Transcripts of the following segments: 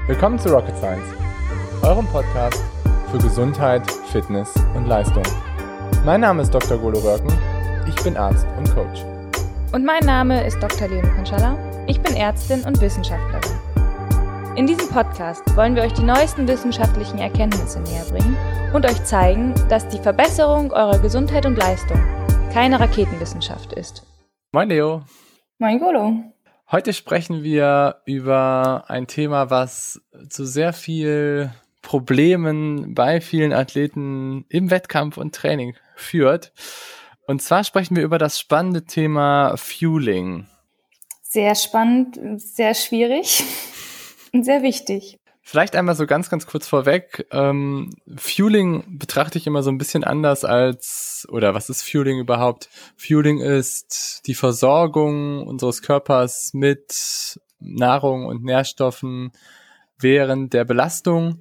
Willkommen zu Rocket Science, eurem Podcast für Gesundheit, Fitness und Leistung. Mein Name ist Dr. Golo Röhrken, ich bin Arzt und Coach. Und mein Name ist Dr. Leonie Konschalla, ich bin Ärztin und Wissenschaftlerin. In diesem Podcast wollen wir euch die neuesten wissenschaftlichen Erkenntnisse näherbringen und euch zeigen, dass die Verbesserung eurer Gesundheit und Leistung keine Raketenwissenschaft ist. Moin Leo. Moin Golo. Heute sprechen wir über ein Thema, was zu sehr viel Problemen bei vielen Athleten im Wettkampf und Training führt. Und zwar sprechen wir über das spannende Thema Fueling. Sehr spannend, sehr schwierig und sehr wichtig. Vielleicht einmal so ganz kurz vorweg. Fueling betrachte ich immer so ein bisschen anders oder was ist Fueling überhaupt? Fueling ist die Versorgung unseres Körpers mit Nahrung und Nährstoffen während der Belastung.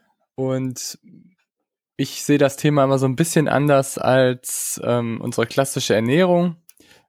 Und ich sehe das Thema immer so ein bisschen anders als unsere klassische Ernährung,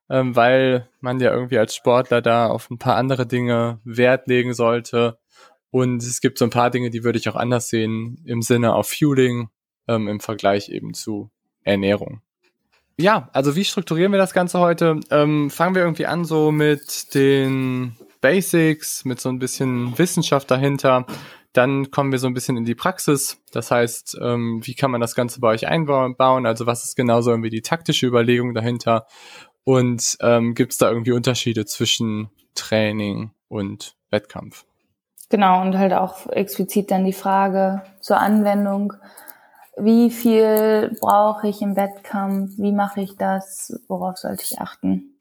weil man ja irgendwie als Sportler da auf ein paar andere Dinge Wert legen sollte. Und es gibt so ein paar Dinge, die würde ich auch anders sehen im Sinne auf Fueling im Vergleich eben zu Ernährung. Ja, also wie strukturieren wir das Ganze heute? Fangen wir irgendwie an so mit den Basics, mit so ein bisschen Wissenschaft dahinter. Dann kommen wir so ein bisschen in die Praxis. Das heißt, wie kann man das Ganze bei euch einbauen? Also was ist genau so irgendwie die taktische Überlegung dahinter? Und gibt es da irgendwie Unterschiede zwischen Training und Wettkampf? Genau, und halt auch explizit dann die Frage zur Anwendung. Wie viel brauche ich im Wettkampf? Wie mache ich das? Worauf sollte ich achten?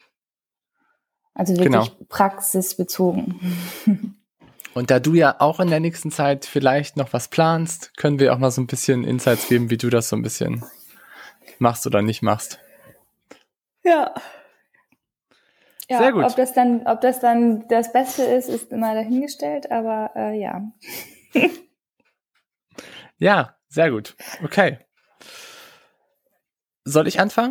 Also wirklich praxisbezogen. Und da du ja auch in der nächsten Zeit vielleicht noch was planst, können wir auch mal so ein bisschen Insights geben, wie du das so ein bisschen machst oder nicht machst. Ja. Ja, sehr gut. Ob das dann das Beste ist immer dahingestellt, aber ja. Ja, sehr gut. Okay. Soll ich anfangen?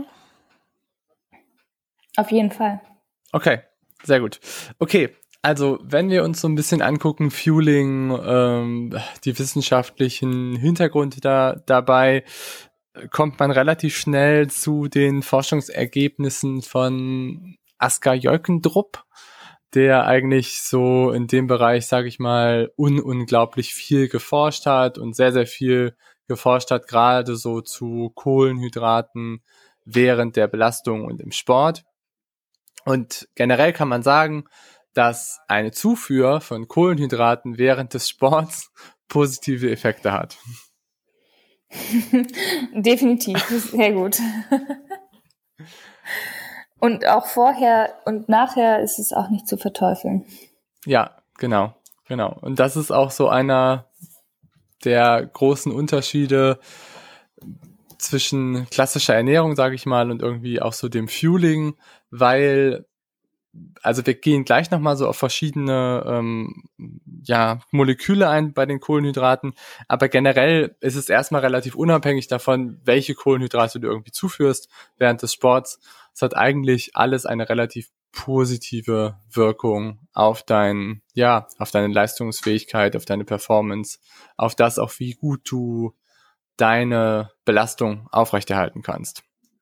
Auf jeden Fall. Okay, sehr gut. Okay, also wenn wir uns so ein bisschen angucken, Fueling, die wissenschaftlichen Hintergründe dabei, kommt man relativ schnell zu den Forschungsergebnissen von Askar Jokendrup, der eigentlich so in dem Bereich, sage ich mal, unglaublich viel geforscht hat und sehr, sehr viel geforscht hat, gerade so zu Kohlenhydraten während der Belastung und im Sport. Und generell kann man sagen, dass eine Zufuhr von Kohlenhydraten während des Sports positive Effekte hat. Definitiv, sehr gut. Und auch vorher und nachher ist es auch nicht zu verteufeln. Ja, genau. Und das ist auch so einer der großen Unterschiede zwischen klassischer Ernährung, sage ich mal, und irgendwie auch so dem Fueling, weil, also wir gehen gleich nochmal so auf verschiedene Moleküle ein bei den Kohlenhydraten, aber generell ist es erstmal relativ unabhängig davon, welche Kohlenhydrate du irgendwie zuführst während des Sports. Es hat eigentlich alles eine relativ positive Wirkung auf deine Leistungsfähigkeit, auf deine Performance, auf das auch, wie gut du deine Belastung aufrechterhalten kannst.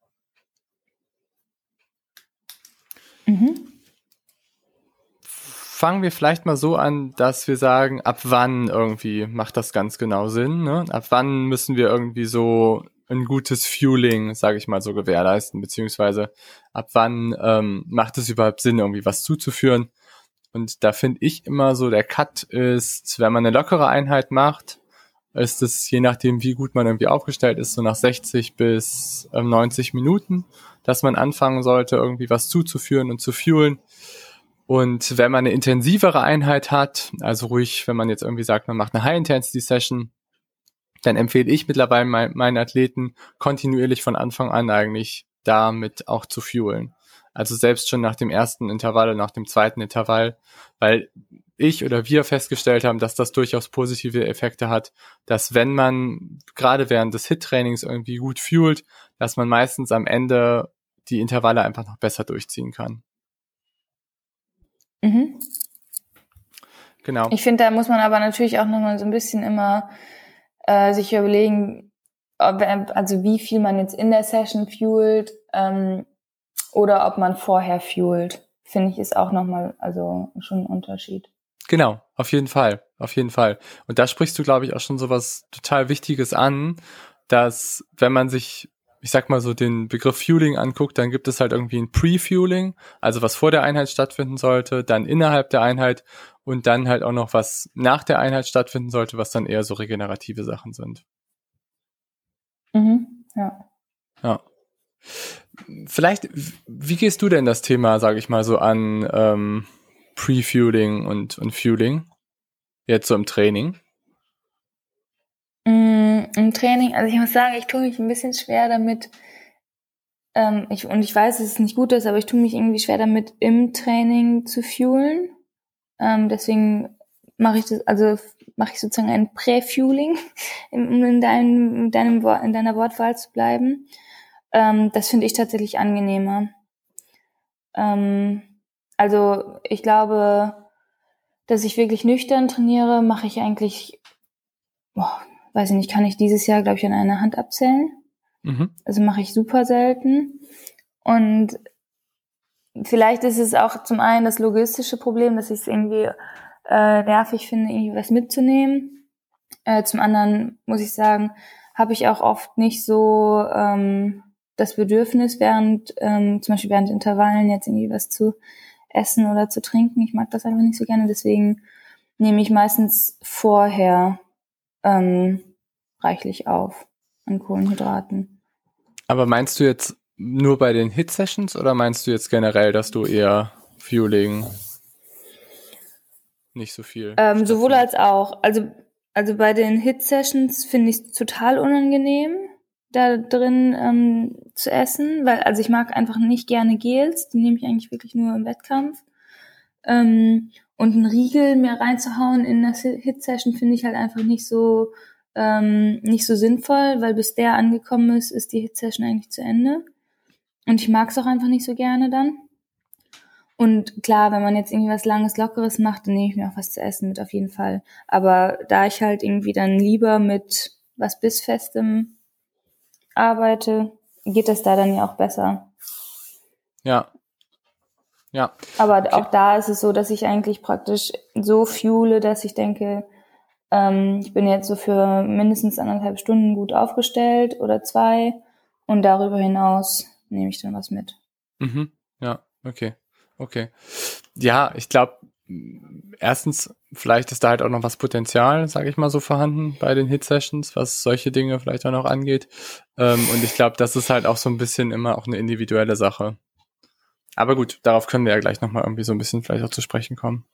Mhm. Fangen wir vielleicht mal so an, dass wir sagen, ab wann irgendwie macht das ganz genau Sinn, ne? Ab wann müssen wir irgendwie so ein gutes Fueling, sage ich mal, so gewährleisten, beziehungsweise ab wann macht es überhaupt Sinn, irgendwie was zuzuführen. Und da finde ich immer so, der Cut ist, wenn man eine lockere Einheit macht, ist es, je nachdem, wie gut man irgendwie aufgestellt ist, so nach 60 bis 90 Minuten, dass man anfangen sollte, irgendwie was zuzuführen und zu fuelen. Und wenn man eine intensivere Einheit hat, also ruhig, wenn man jetzt irgendwie sagt, man macht eine High-Intensity-Session, dann empfehle ich mittlerweile meinen Athleten kontinuierlich von Anfang an eigentlich damit auch zu fuelen. Also selbst schon nach dem ersten Intervall oder nach dem zweiten Intervall, weil ich oder wir festgestellt haben, dass das durchaus positive Effekte hat, dass wenn man gerade während des HIIT-Trainings irgendwie gut fuelt, dass man meistens am Ende die Intervalle einfach noch besser durchziehen kann. Mhm. Genau. Ich finde, da muss man aber natürlich auch nochmal so ein bisschen immer sich überlegen, also wie viel man jetzt in der Session fuelt oder ob man vorher fuelt. Finde ich, ist auch nochmal also schon ein Unterschied. Genau, auf jeden Fall. Und da sprichst du, glaube ich, auch schon so was total Wichtiges an, dass wenn man sich, ich sag mal so, den Begriff Fueling anguckt, dann gibt es halt irgendwie ein Pre-Fueling, also was vor der Einheit stattfinden sollte, dann innerhalb der Einheit und dann halt auch noch was nach der Einheit stattfinden sollte, was dann eher so regenerative Sachen sind. Ja. Vielleicht, wie gehst du denn das Thema, sage ich mal so, an Pre-Fueling und Fueling? Jetzt so im Training? Im Training, also ich muss sagen, ich tue mich ein bisschen schwer damit, ich weiß, dass es nicht gut ist, aber ich tue mich irgendwie schwer damit, im Training zu fuelen. Deswegen mache ich sozusagen ein Prä-Fueling, um in deiner Wortwahl zu bleiben. Das finde ich tatsächlich angenehmer. Also ich glaube, dass ich wirklich nüchtern trainiere, mache ich eigentlich, weiß ich nicht, kann ich dieses Jahr, glaube ich, an einer Hand abzählen. Also mache ich super selten. Und vielleicht ist es auch zum einen das logistische Problem, dass ich es irgendwie nervig finde, irgendwie was mitzunehmen. Zum anderen muss ich sagen, habe ich auch oft nicht so das Bedürfnis, zum Beispiel während Intervallen jetzt irgendwie was zu essen oder zu trinken. Ich mag das einfach nicht so gerne, deswegen nehme ich meistens vorher reichlich auf an Kohlenhydraten. Aber meinst du jetzt nur bei den Hit-Sessions oder meinst du jetzt generell, dass du eher Fueling nicht so viel? Sowohl als auch. Also bei den Hit-Sessions finde ich es total unangenehm, da drin zu essen, weil also ich mag einfach nicht gerne Gels, die nehme ich eigentlich wirklich nur im Wettkampf. Und einen Riegel mehr reinzuhauen in eine Hit-Session finde ich halt einfach nicht so sinnvoll, weil bis der angekommen ist die Hit-Session eigentlich zu Ende. Und ich mag es auch einfach nicht so gerne dann. Und klar, wenn man jetzt irgendwie was Langes, Lockeres macht, dann nehme ich mir auch was zu essen mit, auf jeden Fall. Aber da ich halt irgendwie dann lieber mit was Bissfestem arbeite, geht das da dann ja auch besser. Ja. Aber okay. Auch da ist es so, dass ich eigentlich praktisch so fuele, dass ich denke, ich bin jetzt so für mindestens 1,5 Stunden gut aufgestellt oder 2 und darüber hinaus nehme ich dann was mit. Ja, okay. Ja, ich glaube, erstens, vielleicht ist da halt auch noch was Potenzial, sage ich mal so, vorhanden bei den Hit-Sessions, was solche Dinge vielleicht auch noch angeht. Und ich glaube, das ist halt auch so ein bisschen immer auch eine individuelle Sache. Aber gut, darauf können wir ja gleich nochmal irgendwie so ein bisschen vielleicht auch zu sprechen kommen.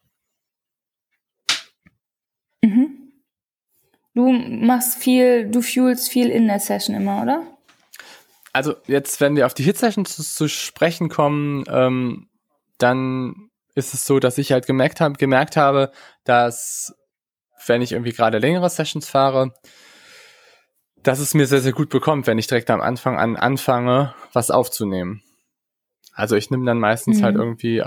Du fuelst viel in der Session immer, oder? Also jetzt, wenn wir auf die Hit-Sessions zu sprechen kommen, dann ist es so, dass ich halt gemerkt habe, dass wenn ich irgendwie gerade längere Sessions fahre, dass es mir sehr, sehr gut bekommt, wenn ich direkt am Anfang anfange, was aufzunehmen. Also ich nehme dann meistens halt irgendwie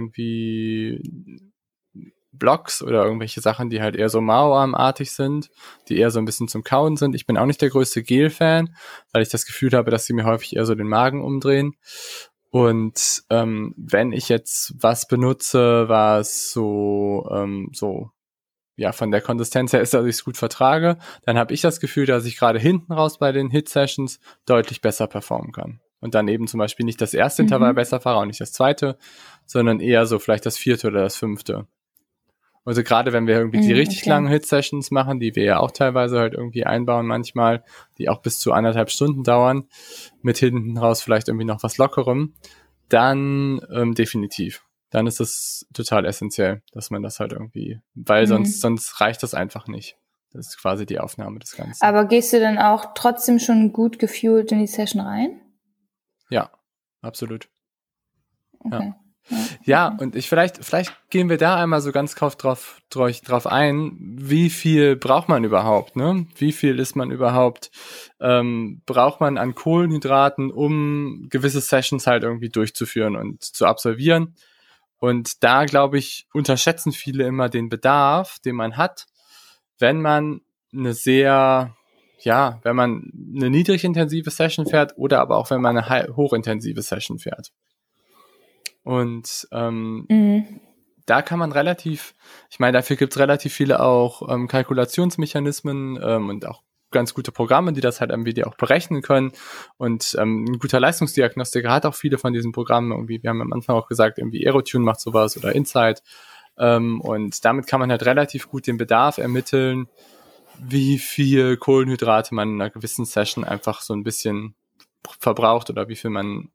Blocks oder irgendwelche Sachen, die halt eher so Mauerarmartig sind, die eher so ein bisschen zum Kauen sind. Ich bin auch nicht der größte Gel-Fan, weil ich das Gefühl habe, dass sie mir häufig eher so den Magen umdrehen. Und wenn ich jetzt was benutze, was so von der Konsistenz her ist, dass ich es gut vertrage, dann habe ich das Gefühl, dass ich gerade hinten raus bei den Hit-Sessions deutlich besser performen kann. Und dann eben zum Beispiel nicht das erste Intervall besser fahre, auch nicht das zweite, sondern eher so vielleicht das 4. oder das 5. Also gerade wenn wir irgendwie die richtig langen Hit-Sessions machen, die wir ja auch teilweise halt irgendwie einbauen manchmal, die auch bis zu 1,5 Stunden dauern, mit hinten raus vielleicht irgendwie noch was Lockerem, dann definitiv. Dann ist es total essentiell, dass man das halt irgendwie, weil sonst reicht das einfach nicht. Das ist quasi die Aufnahme des Ganzen. Aber gehst du dann auch trotzdem schon gut gefuelt in die Session rein? Ja, absolut. Okay. Ja, und vielleicht gehen wir da einmal so ganz drauf ein, wie viel braucht man überhaupt, ne? Wie viel ist man überhaupt, braucht man an Kohlenhydraten, um gewisse Sessions halt irgendwie durchzuführen und zu absolvieren? Und da, glaube ich, unterschätzen viele immer den Bedarf, den man hat, wenn man wenn man eine niedrigintensive Session fährt oder aber auch wenn man eine hochintensive Session fährt. Und da kann man dafür gibt es relativ viele auch Kalkulationsmechanismen und auch ganz gute Programme, die das halt irgendwie auch berechnen können. Und ein guter Leistungsdiagnostiker hat auch viele von diesen Programmen. Irgendwie, wir haben am Anfang auch gesagt, irgendwie Aerotune macht sowas oder Insight. Und damit kann man halt relativ gut den Bedarf ermitteln, wie viel Kohlenhydrate man in einer gewissen Session einfach so ein bisschen verbraucht oder wie viel man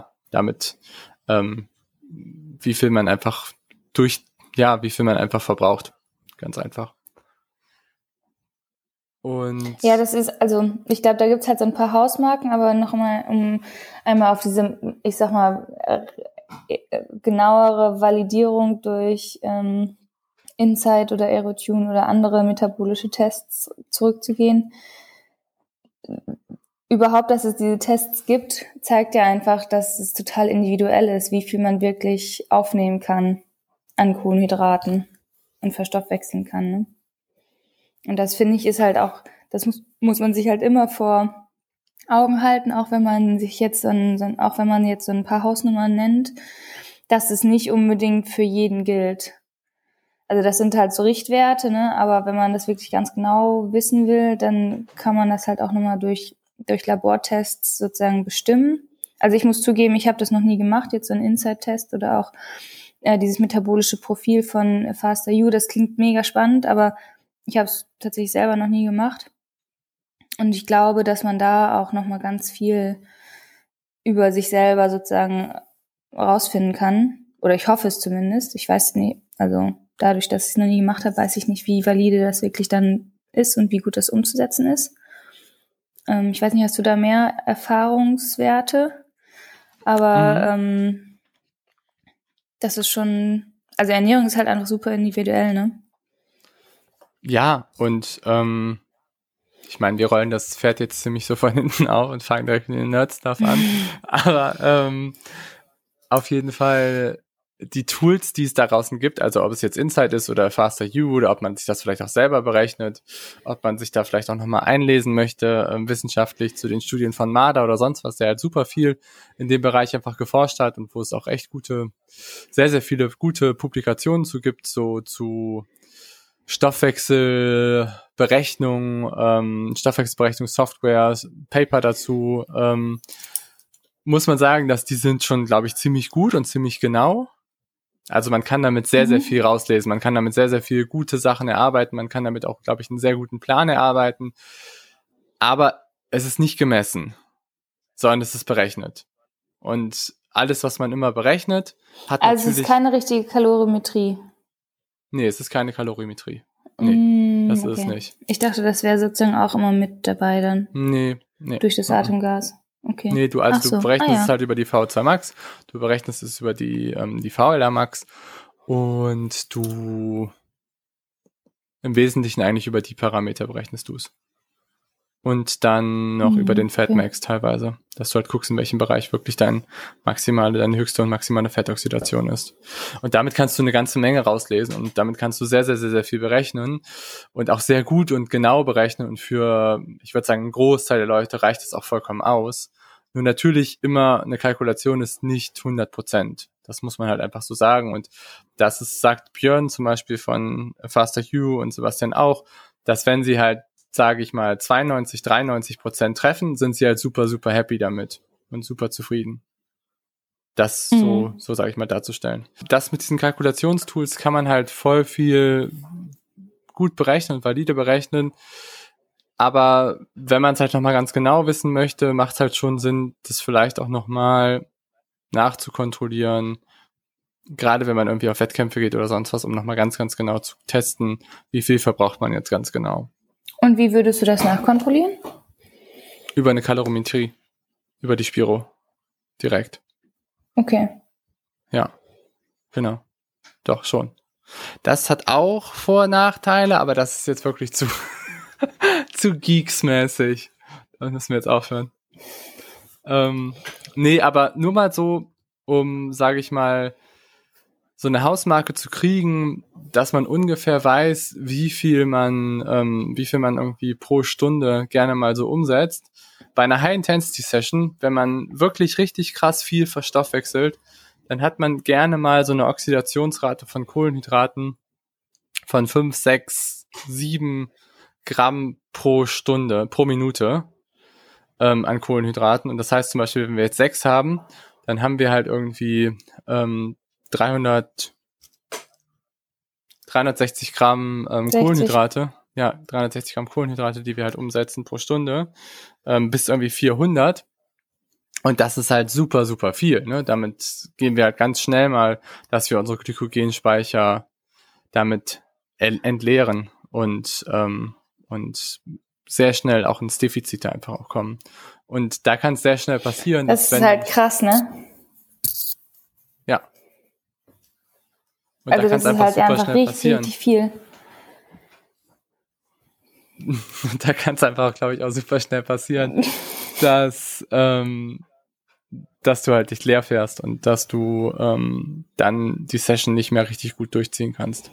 wie viel man einfach verbraucht. Ganz einfach. Und ja, das ist, also ich glaube, da gibt's halt so ein paar Hausmarken, aber nochmal, um einmal auf diese, ich sag mal, genauere Validierung durch Insight oder Aerotune oder andere metabolische Tests zurückzugehen. Überhaupt, dass es diese Tests gibt, zeigt ja einfach, dass es total individuell ist, wie viel man wirklich aufnehmen kann an Kohlenhydraten und verstoffwechseln kann, ne? Und das, finde ich, ist halt auch, das muss man sich halt immer vor Augen halten, auch wenn man sich jetzt so ein paar Hausnummern nennt, dass es nicht unbedingt für jeden gilt. Also das sind halt so Richtwerte, ne? Aber wenn man das wirklich ganz genau wissen will, dann kann man das halt auch nochmal durch Labortests sozusagen bestimmen. Also ich muss zugeben, ich habe das noch nie gemacht, jetzt so ein Insight-Test oder auch dieses metabolische Profil von Faster-U, das klingt mega spannend, aber ich habe es tatsächlich selber noch nie gemacht. Und ich glaube, dass man da auch nochmal ganz viel über sich selber sozusagen rausfinden kann. Oder ich hoffe es zumindest. Ich weiß nicht, also dadurch, dass ich es noch nie gemacht habe, weiß ich nicht, wie valide das wirklich dann ist und wie gut das umzusetzen ist. Ich weiß nicht, hast du da mehr Erfahrungswerte? Aber das ist schon, also Ernährung ist halt einfach super individuell, ne? ja, und ich meine, wir rollen das Pferd jetzt ziemlich so von hinten auf und fangen direkt mit den Nerd-Stuff an. Aber auf jeden Fall die Tools, die es da draußen gibt, also ob es jetzt Insight ist oder Faster-U oder ob man sich das vielleicht auch selber berechnet, ob man sich da vielleicht auch nochmal einlesen möchte, wissenschaftlich zu den Studien von Marder oder sonst was, der halt super viel in dem Bereich einfach geforscht hat und wo es auch echt sehr, sehr viele gute Publikationen zu gibt, so zu Stoffwechselberechnung, Stoffwechselberechnungssoftware, Paper dazu, muss man sagen, dass die sind schon, glaube ich, ziemlich gut und ziemlich genau. Also man kann damit sehr, sehr viel rauslesen. Man kann damit sehr, sehr viel gute Sachen erarbeiten. Man kann damit auch, glaube ich, einen sehr guten Plan erarbeiten. Aber es ist nicht gemessen, sondern es ist berechnet. Und alles, was man immer berechnet, hat also natürlich... Also es ist keine richtige Kalorimetrie. Nee, es ist keine Kalorimetrie. Nee, das ist es nicht. Ich dachte, das wäre sozusagen auch immer mit dabei dann. Nee. Durch das Atemgas. Okay. Nee, du berechnest es halt über die VO2 Max, du berechnest es über die VLR Max und du im Wesentlichen eigentlich über die Parameter berechnest du es. Und dann noch über den Fat Max teilweise, dass du halt guckst, in welchem Bereich wirklich deine höchste und maximale Fettoxidation ist. Und damit kannst du eine ganze Menge rauslesen und damit kannst du sehr, sehr, sehr, sehr viel berechnen und auch sehr gut und genau berechnen und für, ich würde sagen, einen Großteil der Leute reicht es auch vollkommen aus. Nur natürlich immer eine Kalkulation ist nicht 100%. Das muss man halt einfach so sagen und sagt Björn zum Beispiel von Faster-U und Sebastian auch, dass wenn sie halt sage ich mal, 92-93% treffen, sind sie halt super, super happy damit und super zufrieden. Das so sage ich mal, darzustellen. Das mit diesen Kalkulationstools kann man halt voll viel gut berechnen und valide berechnen, aber wenn man es halt nochmal ganz genau wissen möchte, macht es halt schon Sinn, das vielleicht auch nochmal nachzukontrollieren, gerade wenn man irgendwie auf Wettkämpfe geht oder sonst was, um nochmal ganz, ganz genau zu testen, wie viel verbraucht man jetzt ganz genau. Und wie würdest du das nachkontrollieren? Über eine Kalorimetrie. Über die Spiro. Direkt. Okay. Ja, genau. Doch, schon. Das hat auch Vor- und Nachteile, aber das ist jetzt wirklich zu geeksmäßig. Da müssen wir jetzt aufhören. Nee, aber nur mal so, um, sage ich mal, so eine Hausmarke zu kriegen, dass man ungefähr weiß, wie viel man irgendwie pro Stunde gerne mal so umsetzt. Bei einer High-Intensity-Session, wenn man wirklich richtig krass viel verstoffwechselt, dann hat man gerne mal so eine Oxidationsrate von Kohlenhydraten von 5, 6, 7 Gramm pro Minute an Kohlenhydraten. Und das heißt zum Beispiel, wenn wir jetzt 6 haben, dann haben wir halt irgendwie 360 Gramm Kohlenhydrate. Ja, 360 Gramm Kohlenhydrate, die wir halt umsetzen pro Stunde, bis irgendwie 400. Und das ist halt super, super viel. Ne? Damit gehen wir halt ganz schnell mal, dass wir unsere Glykogenspeicher damit entleeren und sehr schnell auch ins Defizit einfach auch kommen. Und da kann es sehr schnell passieren. Das ist halt krass, ne? Ja. Und also da das ist halt einfach richtig viel. Da kann es einfach, glaube ich, auch super schnell passieren, dass du halt dich leer fährst und dass du dann die Session nicht mehr richtig gut durchziehen kannst.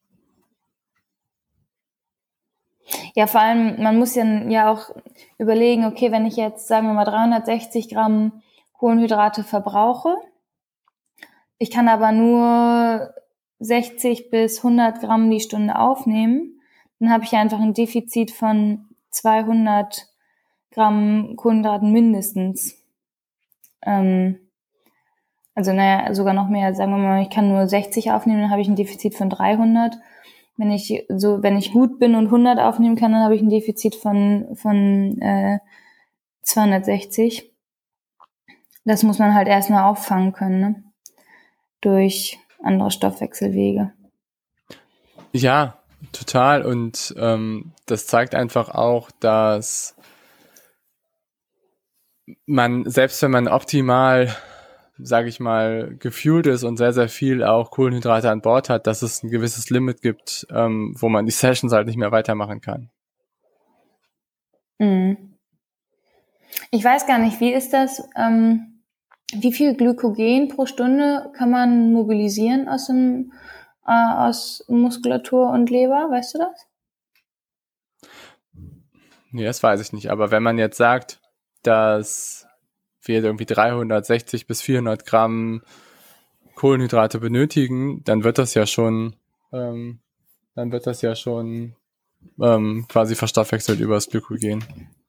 Ja, vor allem, man muss ja auch überlegen, okay, wenn ich jetzt, sagen wir mal, 360 Gramm Kohlenhydrate verbrauche, ich kann aber nur 60 bis 100 Gramm die Stunde aufnehmen, dann habe ich einfach ein Defizit von 200 Gramm Kohlenhydraten mindestens. Also sogar noch mehr, sagen wir mal, ich kann nur 60 aufnehmen, dann habe ich ein Defizit von 300. Wenn ich gut bin und 100 aufnehmen kann, dann habe ich ein Defizit von 260. Das muss man halt erstmal auffangen können, ne? Durch andere Stoffwechselwege. Ja, total. Und das zeigt einfach auch, dass man, selbst wenn man optimal, sage ich mal, gefuelt ist und sehr, sehr viel auch Kohlenhydrate an Bord hat, dass es ein gewisses Limit gibt, wo man die Sessions halt nicht mehr weitermachen kann. Ich weiß gar nicht, wie ist das? Wie viel Glykogen pro Stunde kann man mobilisieren aus Muskulatur und Leber? Weißt du das? Nee, das weiß ich nicht. Aber wenn man jetzt sagt, dass wir irgendwie 360 bis 400 Gramm Kohlenhydrate benötigen, dann wird das ja schon quasi verstoffwechselt über das Glykogen.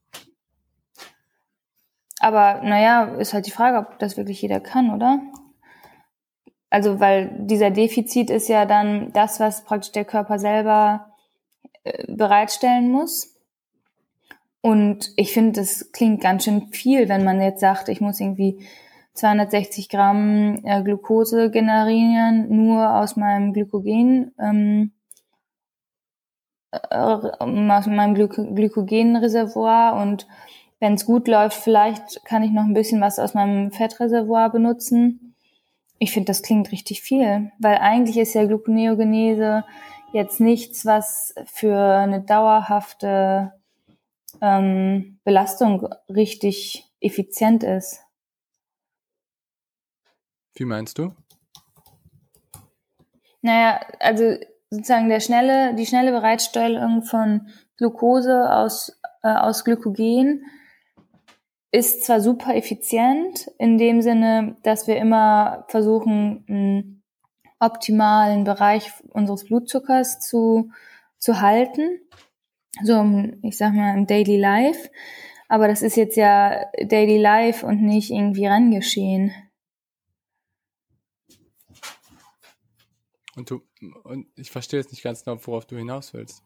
Aber ist halt die Frage, ob das wirklich jeder kann, oder? Also, weil dieser Defizit ist ja dann das, was praktisch der Körper selber bereitstellen muss. Und ich finde, das klingt ganz schön viel, wenn man jetzt sagt, ich muss irgendwie 260 Gramm Glucose generieren, nur aus meinem Glykogen, aus meinem Glykogenreservoir, und wenn es gut läuft, vielleicht kann ich noch ein bisschen was aus meinem Fettreservoir benutzen. Ich finde, das klingt richtig viel, weil eigentlich ist ja Gluconeogenese jetzt nichts, was für eine dauerhafte Belastung richtig effizient ist. Wie meinst du? Also sozusagen die schnelle Bereitstellung von Glucose aus Glykogen ist zwar super effizient, in dem Sinne, dass wir immer versuchen, einen optimalen Bereich unseres Blutzuckers zu halten. So, ich sag mal, im Daily Life. Aber das ist jetzt ja Daily Life und nicht irgendwie Randgeschehen. Und ich verstehe jetzt nicht ganz genau, worauf du hinaus willst.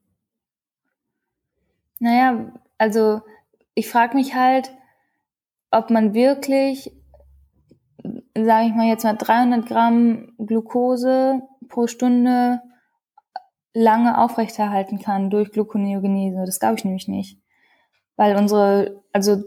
Also ich frage mich halt, ob man wirklich, sage ich mal jetzt mal, 300 Gramm Glucose pro Stunde lange aufrechterhalten kann durch Gluconeogenese. Das glaube ich nämlich nicht. Weil unsere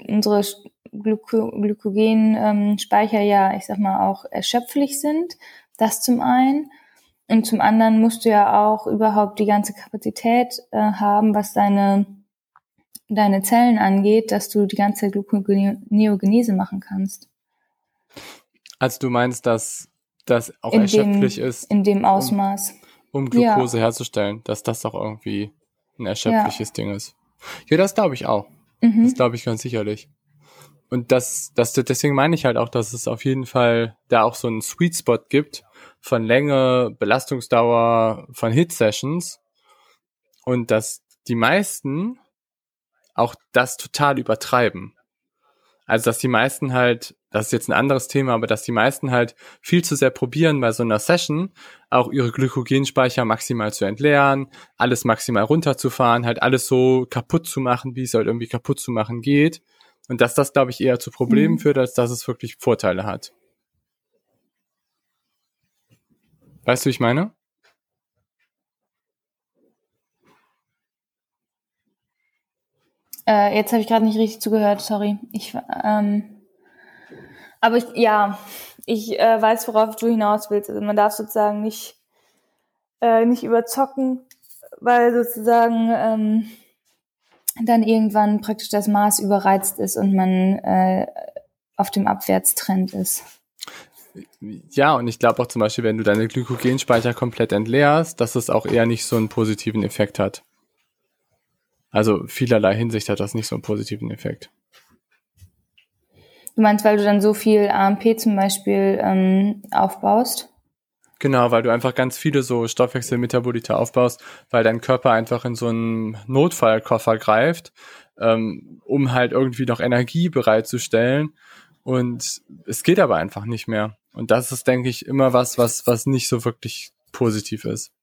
Glykogenspeicher ja, ich sag mal, auch erschöpflich sind. Das zum einen. Und zum anderen musst du ja auch überhaupt die ganze Kapazität haben, was deine Zellen angeht, dass du die ganze Gluconeogenese machen kannst. Also du meinst, dass das auch erschöpflich ist, in dem Ausmaß. um Glucose herzustellen, dass das auch irgendwie ein erschöpfliches Ding ist. Ja, das glaube ich auch. Das glaube ich ganz sicherlich. Und deswegen meine ich halt auch, dass es auf jeden Fall da auch so einen Sweet Spot gibt von Länge, Belastungsdauer, von Hit-Sessions und dass die meisten auch das total übertreiben. Also, dass die meisten halt, das ist jetzt ein anderes Thema, aber dass die meisten halt viel zu sehr probieren, bei so einer Session auch ihre Glykogenspeicher maximal zu entleeren, alles maximal runterzufahren, halt alles so kaputt zu machen, wie es halt irgendwie kaputt zu machen geht. Und dass das, glaube ich, eher zu Problemen führt, als dass es wirklich Vorteile hat. Weißt du, wie ich meine? Jetzt habe ich gerade nicht richtig zugehört, sorry. Aber ich weiß, worauf du hinaus willst. Also man darf sozusagen nicht überzocken, weil sozusagen dann irgendwann praktisch das Maß überreizt ist und man auf dem Abwärtstrend ist. Ja, und ich glaube auch zum Beispiel, wenn du deine Glykogenspeicher komplett entleerst, dass es auch eher nicht so einen positiven Effekt hat. Also vielerlei Hinsicht hat das nicht so einen positiven Effekt. Du meinst, weil du dann so viel AMP zum Beispiel aufbaust? Genau, weil du einfach ganz viele so Stoffwechselmetabolite aufbaust, weil dein Körper einfach in so einen Notfallkoffer greift, um halt irgendwie noch Energie bereitzustellen. Und es geht aber einfach nicht mehr. Und das ist, denke ich, immer was nicht so wirklich positiv ist.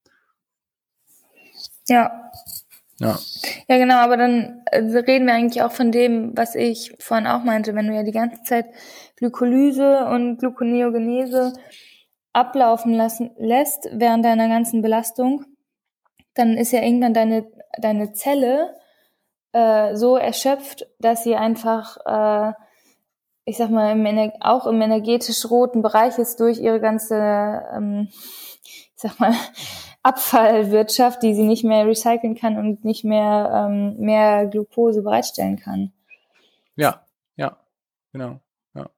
Ja. Ja, genau, aber dann reden wir eigentlich auch von dem, was ich vorhin auch meinte, wenn du ja die ganze Zeit Glykolyse und Gluconeogenese ablaufen lässt während deiner ganzen Belastung, dann ist ja irgendwann deine Zelle so erschöpft, dass sie einfach, ich sag mal, auch im energetisch roten Bereich ist durch ihre ganze, ich sag mal, Abfallwirtschaft, die sie nicht mehr recyceln kann und nicht mehr Glucose bereitstellen kann. Ja, genau. Ja.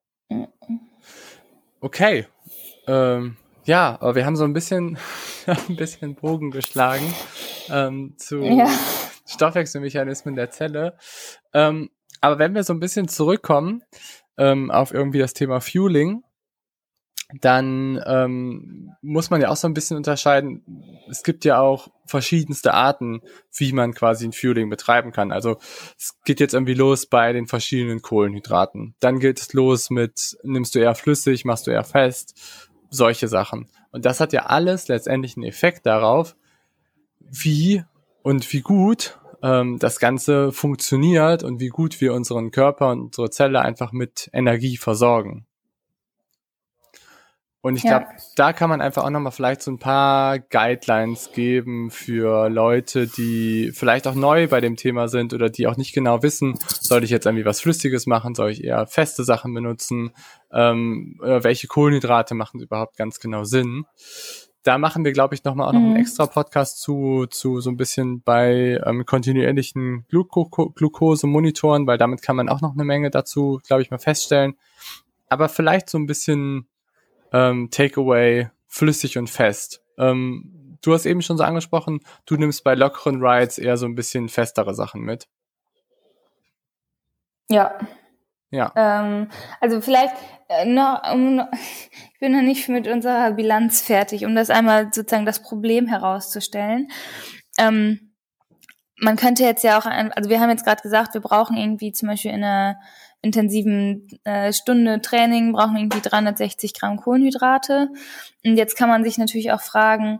Okay. Ja, aber wir haben so ein bisschen Bogen geschlagen zu Stoffwechselmechanismen der Zelle. Aber wenn wir so ein bisschen zurückkommen auf irgendwie das Thema Fueling, dann muss man ja auch so ein bisschen unterscheiden. Es gibt ja auch verschiedenste Arten, wie man quasi ein Fueling betreiben kann. Also es geht jetzt irgendwie los bei den verschiedenen Kohlenhydraten. Dann geht es los mit, nimmst du eher flüssig, machst du eher fest, solche Sachen. Und das hat ja alles letztendlich einen Effekt darauf, wie gut das Ganze funktioniert und wie gut wir unseren Körper und unsere Zelle einfach mit Energie versorgen. Und ich glaube, da kann man einfach auch nochmal vielleicht so ein paar Guidelines geben für Leute, die vielleicht auch neu bei dem Thema sind oder die auch nicht genau wissen, soll ich jetzt irgendwie was Flüssiges machen, soll ich eher feste Sachen benutzen, oder welche Kohlenhydrate machen überhaupt ganz genau Sinn. Da machen wir, glaube ich, nochmal auch noch einen extra Podcast zu so ein bisschen bei kontinuierlichen Glucose-Monitoren, weil damit kann man auch noch eine Menge dazu, glaube ich, mal feststellen. Aber vielleicht so ein bisschen Takeaway, flüssig und fest. Du hast eben schon so angesprochen, du nimmst bei lockeren Rides eher so ein bisschen festere Sachen mit. Ja. Also vielleicht ich bin noch nicht mit unserer Bilanz fertig, um das einmal sozusagen das Problem herauszustellen. Man könnte jetzt ja auch, also wir haben jetzt gerade gesagt, wir brauchen irgendwie zum Beispiel in einer intensiven Stunde Training brauchen wir irgendwie 360 Gramm Kohlenhydrate. Und jetzt kann man sich natürlich auch fragen,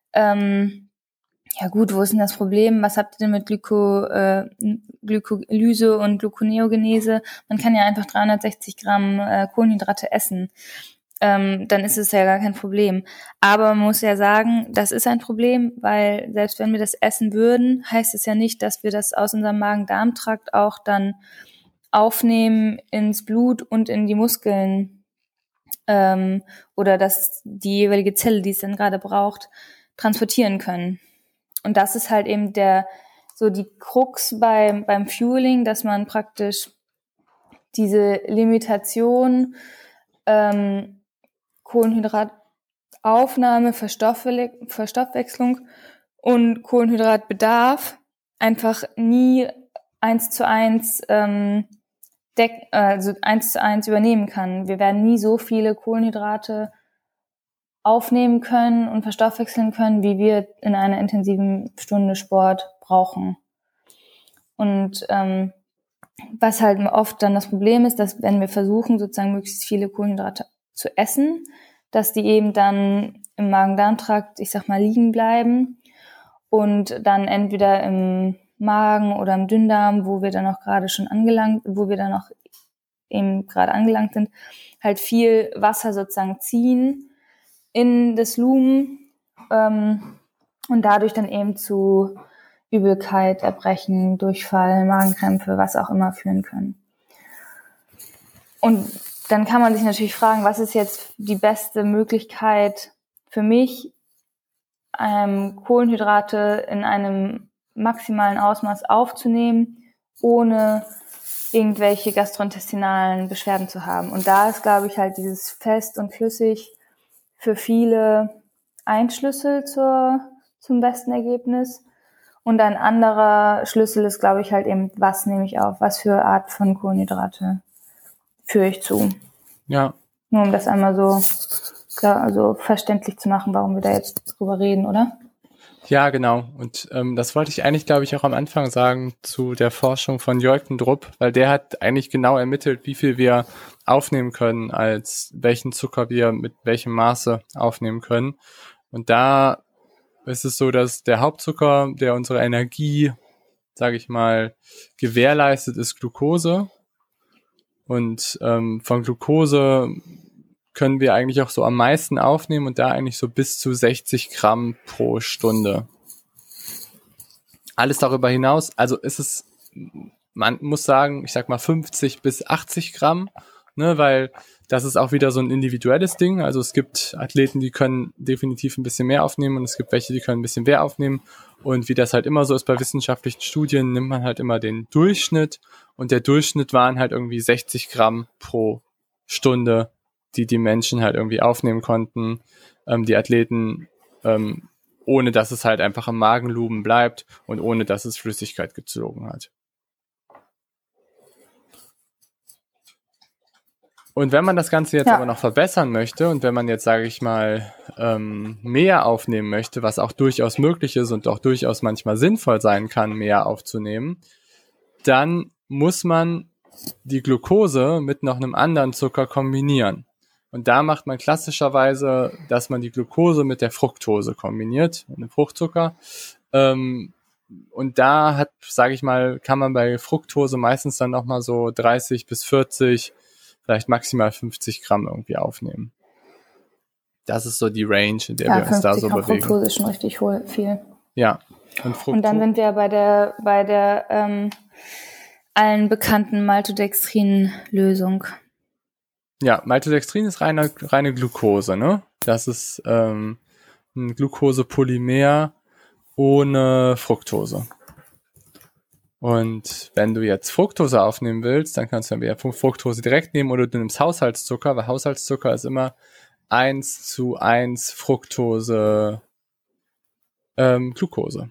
ja gut, wo ist denn das Problem? Was habt ihr denn mit Glykolyse und Gluconeogenese? Man kann ja einfach 360 Gramm Kohlenhydrate essen. Dann ist es ja gar kein Problem. Aber man muss ja sagen, das ist ein Problem, weil selbst wenn wir das essen würden, heißt es ja nicht, dass wir das aus unserem Magen-Darm-Trakt auch dann aufnehmen ins Blut und in die Muskeln oder dass die jeweilige Zelle, die es dann gerade braucht, transportieren können. Und das ist halt eben die Krux beim Fueling, dass man praktisch diese Limitation Kohlenhydrat Aufnahme, Verstoffwechslung und Kohlenhydratbedarf einfach nie 1:1 also 1:1 übernehmen kann. Wir werden nie so viele Kohlenhydrate aufnehmen können und verstoffwechseln können, wie wir in einer intensiven Stunde Sport brauchen. Und was halt oft dann das Problem ist, dass wenn wir versuchen, sozusagen möglichst viele Kohlenhydrate zu essen, dass die eben dann im Magen-Darm-Trakt, ich sag mal, liegen bleiben und dann entweder im Magen oder im Dünndarm, wo wir dann auch gerade angelangt sind, halt viel Wasser sozusagen ziehen in das Lumen und dadurch dann eben zu Übelkeit, Erbrechen, Durchfall, Magenkrämpfe, was auch immer führen können. Und dann kann man sich natürlich fragen, was ist jetzt die beste Möglichkeit für mich, Kohlenhydrate in einem maximalen Ausmaß aufzunehmen, ohne irgendwelche gastrointestinalen Beschwerden zu haben. Und da ist, glaube ich, halt dieses fest und flüssig für viele ein Schlüssel zum besten Ergebnis. Und ein anderer Schlüssel ist, glaube ich, halt eben, was nehme ich auf, was für Art von Kohlenhydrate führe ich zu. Ja. Nur um das einmal so verständlich zu machen, warum wir da jetzt drüber reden, oder? Ja, genau. Und das wollte ich eigentlich, glaube ich, auch am Anfang sagen zu der Forschung von Jörg Drupp, weil der hat eigentlich genau ermittelt, wie viel wir aufnehmen können, als welchen Zucker wir mit welchem Maße aufnehmen können. Und da ist es so, dass der Hauptzucker, der unsere Energie, sage ich mal, gewährleistet, ist Glucose. Und von Glucose können wir eigentlich auch so am meisten aufnehmen und da eigentlich so bis zu 60 Gramm pro Stunde. Alles darüber hinaus, also ist es, man muss sagen, ich sag mal 50 bis 80 Gramm, ne, weil das ist auch wieder so ein individuelles Ding. Also es gibt Athleten, die können definitiv ein bisschen mehr aufnehmen und es gibt welche, die können ein bisschen mehr aufnehmen. Und wie das halt immer so ist bei wissenschaftlichen Studien, nimmt man halt immer den Durchschnitt und der Durchschnitt waren halt irgendwie 60 Gramm pro Stunde, die Menschen halt irgendwie aufnehmen konnten, die Athleten, ohne dass es halt einfach im Magenlumen bleibt und ohne dass es Flüssigkeit gezogen hat. Und wenn man das Ganze jetzt aber noch verbessern möchte und wenn man jetzt, sage ich mal, mehr aufnehmen möchte, was auch durchaus möglich ist und auch durchaus manchmal sinnvoll sein kann, mehr aufzunehmen, dann muss man die Glucose mit noch einem anderen Zucker kombinieren. Und da macht man klassischerweise, dass man die Glucose mit der Fructose kombiniert, einem Fruchtzucker. Und da hat, sage ich mal, kann man bei Fructose meistens dann nochmal so 30 bis 40, vielleicht maximal 50 Gramm irgendwie aufnehmen. Das ist so die Range, in der wir uns da so bewegen. Fructose ist schon richtig viel. Ja. Und dann sind wir bei der allen bekannten Maltodextrin-Lösung. Ja, Maltodextrin ist reine Glucose, ne? Das ist ein Glucosepolymer ohne Fructose. Und wenn du jetzt Fructose aufnehmen willst, dann kannst du entweder Fructose direkt nehmen oder du nimmst Haushaltszucker, weil Haushaltszucker ist immer 1:1 Fructose Glucose.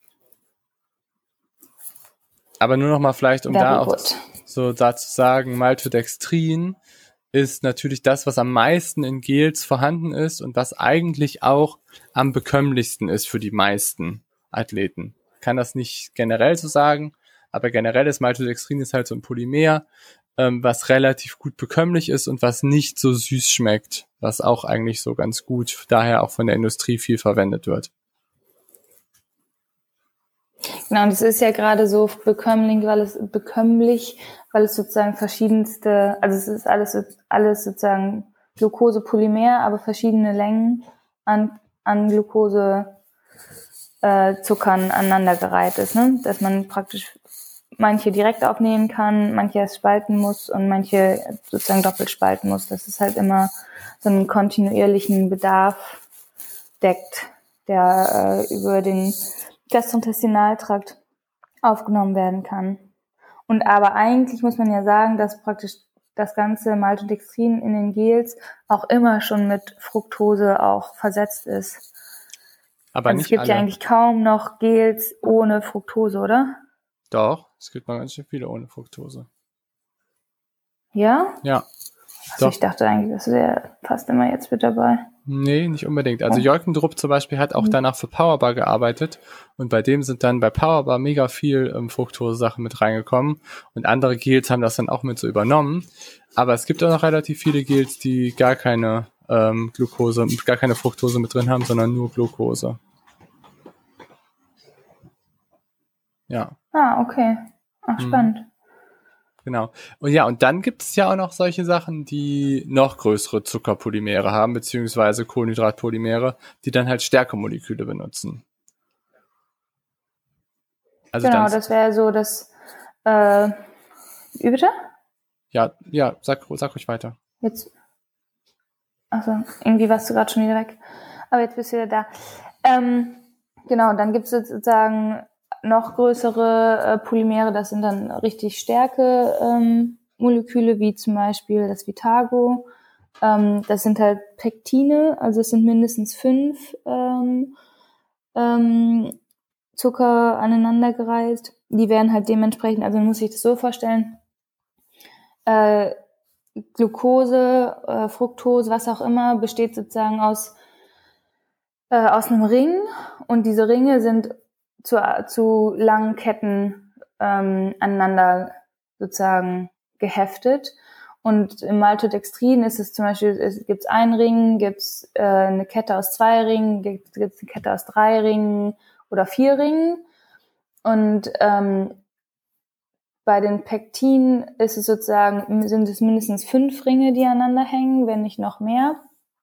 Aber nur noch mal vielleicht, um da auch so dazu sagen, Maltodextrin ist natürlich das, was am meisten in Gels vorhanden ist und was eigentlich auch am bekömmlichsten ist für die meisten Athleten. Ich kann das nicht generell so sagen, aber generell ist Maltodextrin ist halt so ein Polymer, was relativ gut bekömmlich ist und was nicht so süß schmeckt, was auch eigentlich so ganz gut, daher auch von der Industrie viel verwendet wird. Genau, und es ist ja gerade so bekömmlich, weil es sozusagen verschiedenste, also es ist alles sozusagen Glucosepolymer, aber verschiedene Längen an Glucosezuckern aneinandergereiht ist, ne? Dass man praktisch manche direkt aufnehmen kann, manche erst spalten muss und manche sozusagen doppelt spalten muss. Das ist halt immer so einen kontinuierlichen Bedarf deckt, der über den Gastrointestinaltrakt aufgenommen werden kann. Und aber eigentlich muss man ja sagen, dass praktisch das ganze Maltodextrin in den Gels auch immer schon mit Fructose auch versetzt ist. Aber also nicht es gibt alle. ja eigentlich kaum noch Gels ohne Fructose, oder? Doch, es gibt mal ganz schön viele ohne Fructose. Ja? Ja. Also ich dachte eigentlich, das wäre fast immer jetzt mit dabei. Nee, nicht unbedingt. Also Jolkendrupp zum Beispiel hat auch danach für Powerbar gearbeitet und bei dem sind dann bei Powerbar mega viel Fructose-Sachen mit reingekommen und andere Gels haben das dann auch mit so übernommen. Aber es gibt auch noch relativ viele Gels, die gar keine Glucose, gar keine Fructose mit drin haben, sondern nur Glucose. Ja. Ah, okay. Ach, spannend. Genau. Und ja, und dann gibt es ja auch noch solche Sachen, die noch größere Zuckerpolymere haben, beziehungsweise Kohlenhydratpolymere, die dann halt Stärkemoleküle benutzen. Also genau, dann, das wäre so das, wie bitte? ja, sag ruhig weiter. Jetzt, also irgendwie warst du gerade schon wieder weg. Aber jetzt bist du wieder da. Genau, dann gibt es sozusagen noch größere Polymere, das sind dann richtig Stärke Moleküle, wie zum Beispiel das Vitago. Das sind halt Pektine, also es sind mindestens 5 Zucker aneinandergereiht. Die werden halt dementsprechend, also man muss sich das so vorstellen, Glucose, Fructose, was auch immer, besteht sozusagen aus einem Ring und diese Ringe sind zu langen Ketten aneinander sozusagen geheftet. Und im Maltodextrin ist es zum Beispiel, gibt es einen Ring, gibt es eine Kette aus 2 Ringen, gibt es eine Kette aus 3 Ringen oder 4 Ringen. Und bei den Pektinen ist es sozusagen, sind es mindestens 5 Ringe, die aneinander hängen, wenn nicht noch mehr.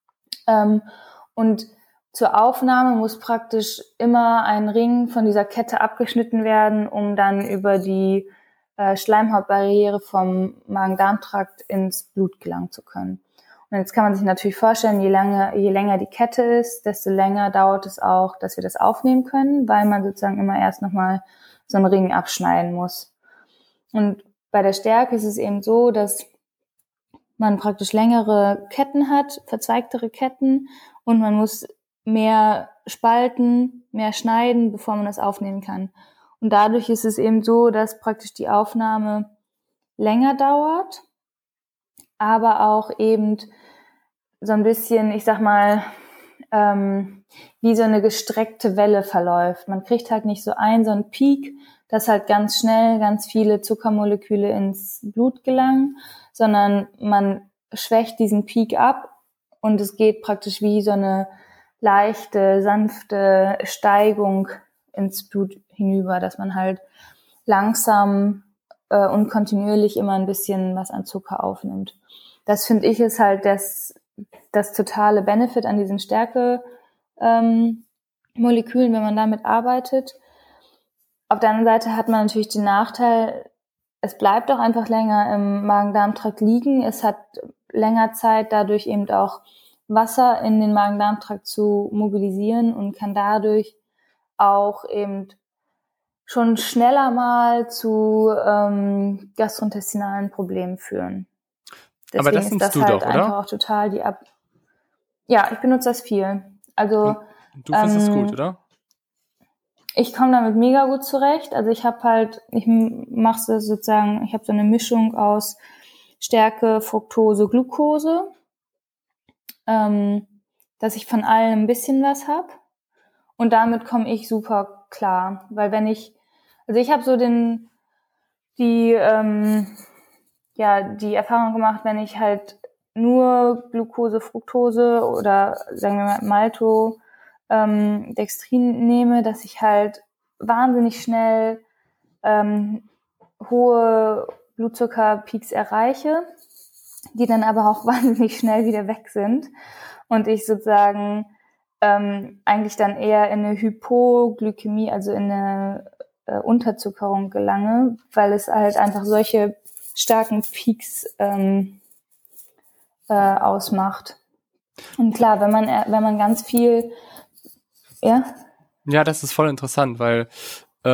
Und zur Aufnahme muss praktisch immer ein Ring von dieser Kette abgeschnitten werden, um dann über die Schleimhautbarriere vom Magen-Darm-Trakt ins Blut gelangen zu können. Und jetzt kann man sich natürlich vorstellen, je länger die Kette ist, desto länger dauert es auch, dass wir das aufnehmen können, weil man sozusagen immer erst nochmal so einen Ring abschneiden muss. Und bei der Stärke ist es eben so, dass man praktisch längere Ketten hat, verzweigtere Ketten, und man muss mehr spalten, mehr schneiden, bevor man das aufnehmen kann. Und dadurch ist es eben so, dass praktisch die Aufnahme länger dauert, aber auch eben so ein bisschen, ich sag mal, wie so eine gestreckte Welle verläuft. Man kriegt halt nicht so einen Peak, dass halt ganz schnell ganz viele Zuckermoleküle ins Blut gelangen, sondern man schwächt diesen Peak ab und es geht praktisch wie so eine leichte, sanfte Steigung ins Blut hinüber, dass man halt langsam und kontinuierlich immer ein bisschen was an Zucker aufnimmt. Das finde ich ist halt das totale Benefit an diesen Stärke-Molekülen, wenn man damit arbeitet. Auf der anderen Seite hat man natürlich den Nachteil, es bleibt auch einfach länger im Magen-Darm-Trakt liegen. Es hat länger Zeit, dadurch eben auch Wasser in den Magen-Darm-Trakt zu mobilisieren und kann dadurch auch eben schon schneller mal zu gastrointestinalen Problemen führen. Deswegen aber das nimmst du halt doch, einfach oder? auch total Ja, ich benutze das viel. Also Und du findest es gut, oder? ich komme damit mega gut zurecht. Also ich mache es sozusagen, ich habe so eine Mischung aus Stärke, Fructose, Glucose, dass ich von allem ein bisschen was habe. Und damit komme ich super klar. Weil ich habe so die Erfahrung gemacht, wenn ich halt nur Glucose, Fructose oder sagen wir mal Maltodextrin nehme, dass ich halt wahnsinnig schnell hohe Blutzuckerpeaks erreiche, die dann aber auch wahnsinnig schnell wieder weg sind und ich sozusagen eigentlich dann eher in eine Hypoglykämie, also in eine Unterzuckerung gelange, weil es halt einfach solche starken Peaks ausmacht. Und klar, wenn man ganz viel, ja? Ja, das ist voll interessant, weil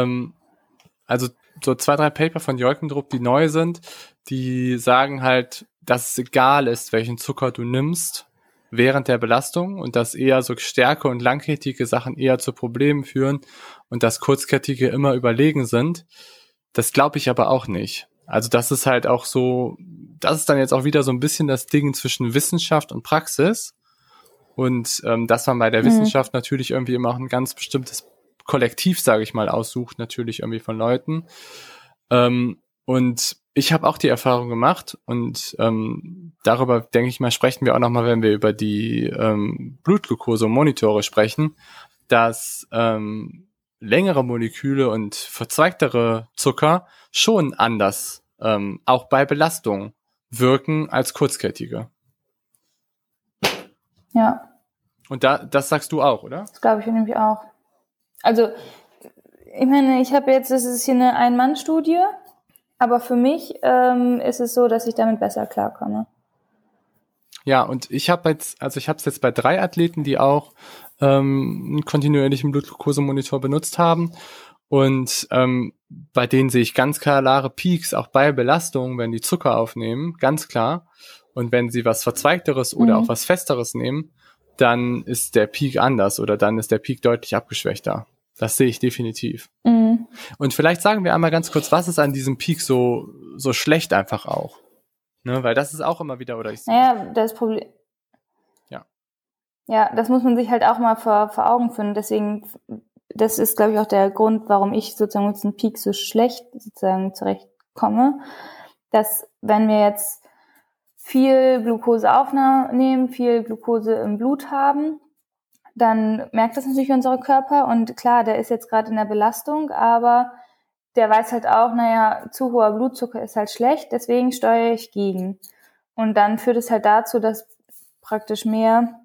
also so 2, 3 Paper von Jolkendrupp, die neu sind, die sagen halt, dass es egal ist, welchen Zucker du nimmst während der Belastung und dass eher so Stärke und langkettige Sachen eher zu Problemen führen und dass kurzkettige immer überlegen sind. Das glaube ich aber auch nicht. Also das ist halt auch so, das ist dann jetzt auch wieder so ein bisschen das Ding zwischen Wissenschaft und Praxis und dass man bei der Wissenschaft natürlich irgendwie immer auch ein ganz bestimmtes Kollektiv, sage ich mal, aussucht, natürlich irgendwie von Leuten. Und ich habe auch die Erfahrung gemacht und darüber, denke ich mal, sprechen wir auch nochmal, wenn wir über die Blutglucose-Monitore sprechen, dass längere Moleküle und verzweigtere Zucker schon anders auch bei Belastung wirken als kurzkettige. Ja. Und das sagst du auch, oder? Das glaube ich nämlich auch. Also, ich meine, das ist hier eine Ein-Mann-Studie, aber für mich ist es so, dass ich damit besser klarkomme. Ja, und ich habe es jetzt bei 3 Athleten, die auch einen kontinuierlichen Blutglukosemonitor benutzt haben. Und bei denen sehe ich ganz klare Peaks, auch bei Belastung, wenn die Zucker aufnehmen, ganz klar. Und wenn sie was Verzweigteres oder auch was Festeres nehmen, dann ist der Peak anders oder dann ist der Peak deutlich abgeschwächter. Das sehe ich definitiv. Und vielleicht sagen wir einmal ganz kurz, was ist an diesem Peak so schlecht einfach auch? Ne, weil das ist auch immer wieder, oder naja, das Problem. Ja, das muss man sich halt auch mal vor Augen führen. Deswegen, das ist, glaube ich, auch der Grund, warum ich sozusagen mit diesem Peak so schlecht sozusagen zurechtkomme, dass wenn wir jetzt viel Glucose aufnehmen, viel Glucose im Blut haben, dann merkt das natürlich unser Körper und klar, der ist jetzt gerade in der Belastung, aber der weiß halt auch, naja, zu hoher Blutzucker ist halt schlecht, deswegen steuere ich gegen. Und dann führt es halt dazu, dass praktisch mehr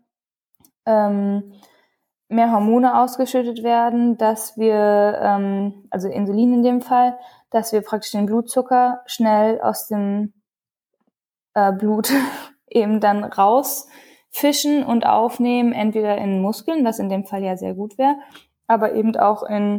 Hormone ausgeschüttet werden, dass wir, also Insulin in dem Fall, dass wir praktisch den Blutzucker schnell aus dem Blut eben dann rausfischen und aufnehmen, entweder in Muskeln, was in dem Fall ja sehr gut wäre, aber eben auch in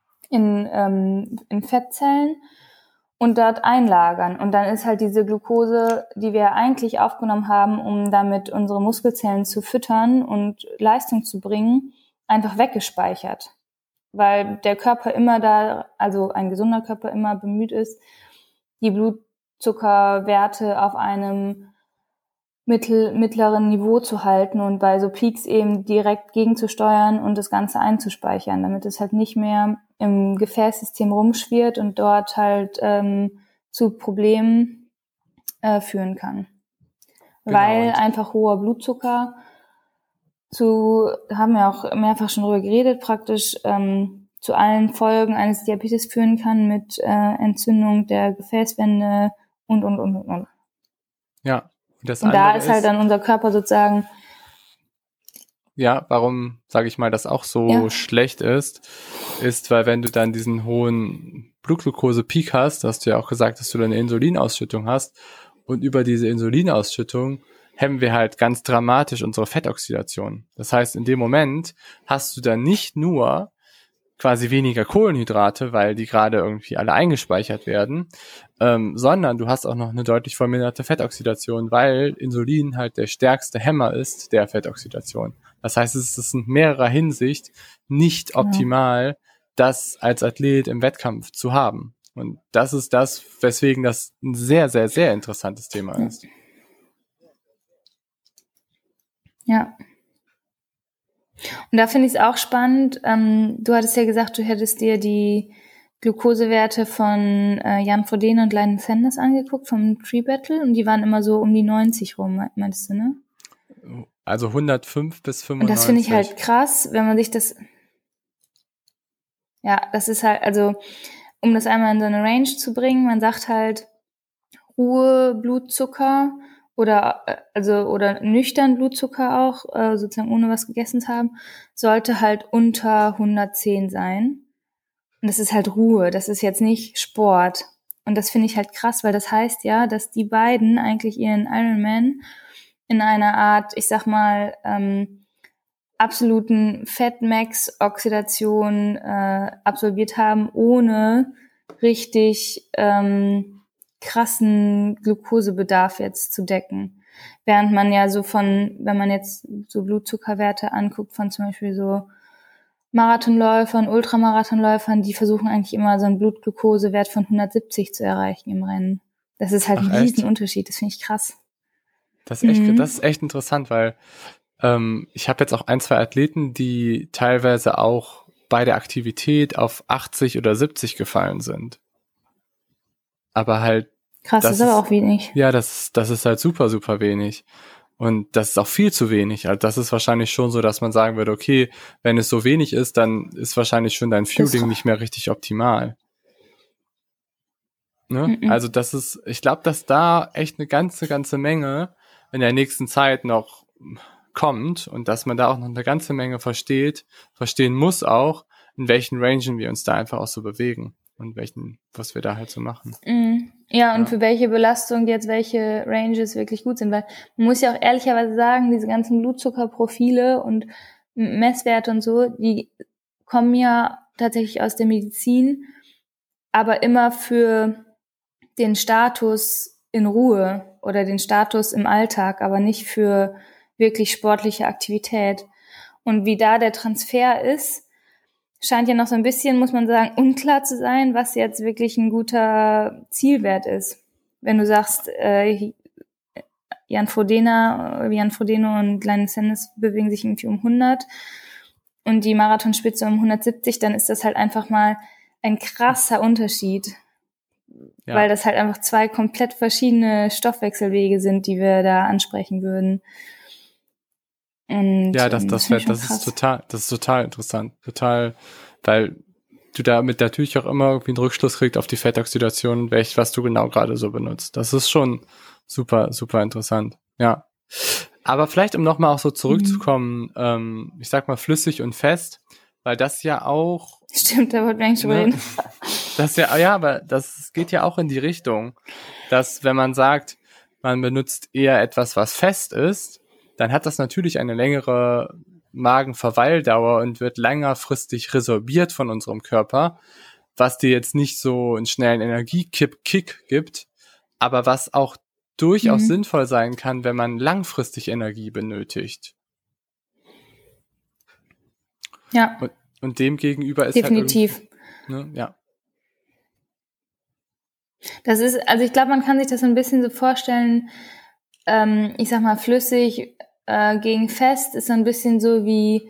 Fettzellen und dort einlagern. Und dann ist halt diese Glucose, die wir eigentlich aufgenommen haben, um damit unsere Muskelzellen zu füttern und Leistung zu bringen, einfach weggespeichert. Weil der Körper immer also ein gesunder Körper immer bemüht ist, die Blutzuckerwerte auf einem mittleren Niveau zu halten und bei so Peaks eben direkt gegenzusteuern und das Ganze einzuspeichern, damit es halt nicht mehr im Gefäßsystem rumschwirrt und dort halt zu Problemen führen kann. Genau. Weil einfach hoher Blutzucker haben wir auch mehrfach schon drüber geredet, praktisch zu allen Folgen eines Diabetes führen kann mit Entzündung der Gefäßwände und. Ja. Und da ist halt dann unser Körper sozusagen. Ja, warum, sage ich mal, das auch so schlecht ist, weil wenn du dann diesen hohen Blutglucose-Peak hast du ja auch gesagt, dass du dann eine Insulinausschüttung hast und über diese Insulinausschüttung hemmen wir halt ganz dramatisch unsere Fettoxidation. Das heißt, in dem Moment hast du dann nicht nur quasi weniger Kohlenhydrate, weil die gerade irgendwie alle eingespeichert werden, sondern du hast auch noch eine deutlich verminderte Fettoxidation, weil Insulin halt der stärkste Hemmer ist der Fettoxidation. Das heißt, es ist in mehrerer Hinsicht nicht optimal, das als Athlet im Wettkampf zu haben. Und das ist das, weswegen das ein sehr, sehr, sehr interessantes Thema ist. Ja. Und da finde ich es auch spannend. Du hattest ja gesagt, du hättest dir die Glukosewerte von Jan Frodeno und Lionel Sanders angeguckt vom Tree Battle und die waren immer so um die 90 rum, meinst du, ne? Also 105 bis 95. Und das finde ich halt krass, wenn man sich das. Ja, das ist halt, also um das einmal in so eine Range zu bringen, man sagt halt Ruheblutzucker oder nüchtern Blutzucker auch, sozusagen ohne was gegessen zu haben, sollte halt unter 110 sein. Und das ist halt Ruhe, das ist jetzt nicht Sport. Und das finde ich halt krass, weil das heißt ja, dass die beiden eigentlich ihren Ironman in einer Art, ich sag mal, absoluten Fettmax-Oxidation absolviert haben, ohne richtig krassen Glukosebedarf jetzt zu decken. Während man ja so wenn man jetzt so Blutzuckerwerte anguckt von zum Beispiel so Marathonläufern, Ultramarathonläufern, die versuchen eigentlich immer so einen Blutglukosewert von 170 zu erreichen im Rennen. Das ist halt ein Riesenunterschied, das finde ich krass. Das ist echt interessant, weil ich habe jetzt auch 1, 2 Athleten, die teilweise auch bei der Aktivität auf 80 oder 70 gefallen sind. Aber halt krass, das ist aber auch wenig. Ja, das ist halt super, super wenig. Und das ist auch viel zu wenig. Also das ist wahrscheinlich schon so, dass man sagen würde, okay, wenn es so wenig ist, dann ist wahrscheinlich schon dein Fueling nicht mehr richtig optimal. Ne? Also ich glaube, dass da echt eine ganze Menge in der nächsten Zeit noch kommt und dass man da auch noch eine ganze Menge verstehen muss auch, in welchen Rangen wir uns da einfach auch so bewegen und was wir da halt so machen. Ja, und für welche Belastung jetzt welche Ranges wirklich gut sind, weil man muss ja auch ehrlicherweise sagen, diese ganzen Blutzuckerprofile und Messwerte und so, die kommen ja tatsächlich aus der Medizin, aber immer für den Status in Ruhe oder den Status im Alltag, aber nicht für wirklich sportliche Aktivität. Und wie da der Transfer ist, scheint ja noch so ein bisschen, muss man sagen, unklar zu sein, was jetzt wirklich ein guter Zielwert ist. Wenn du sagst, Jan Frodeno und Linus Sanders bewegen sich irgendwie um 100 und die Marathonspitze um 170, dann ist das halt einfach mal ein krasser Unterschied. Ja. Weil das halt einfach 2 komplett verschiedene Stoffwechselwege sind, die wir da ansprechen würden. Und, ja, das ist total interessant. Total, weil du damit natürlich auch immer irgendwie einen Rückschluss kriegst auf die Fettoxidation, was du genau gerade so benutzt. Das ist schon super, super interessant. Ja. Aber vielleicht, um nochmal auch so zurückzukommen, ich sag mal flüssig und fest, weil das ja auch... Stimmt, da wollten wir eigentlich reden. Aber das geht ja auch in die Richtung, dass wenn man sagt, man benutzt eher etwas, was fest ist, dann hat das natürlich eine längere Magenverweildauer und wird längerfristig resorbiert von unserem Körper, was dir jetzt nicht so einen schnellen Energiekick gibt, aber was auch durchaus sinnvoll sein kann, wenn man langfristig Energie benötigt. Ja. Und dem gegenüber ist definitiv. Halt ja. Das ist, also ich glaube, man kann sich das so ein bisschen so vorstellen, ich sag mal, flüssig gegen fest ist so ein bisschen so wie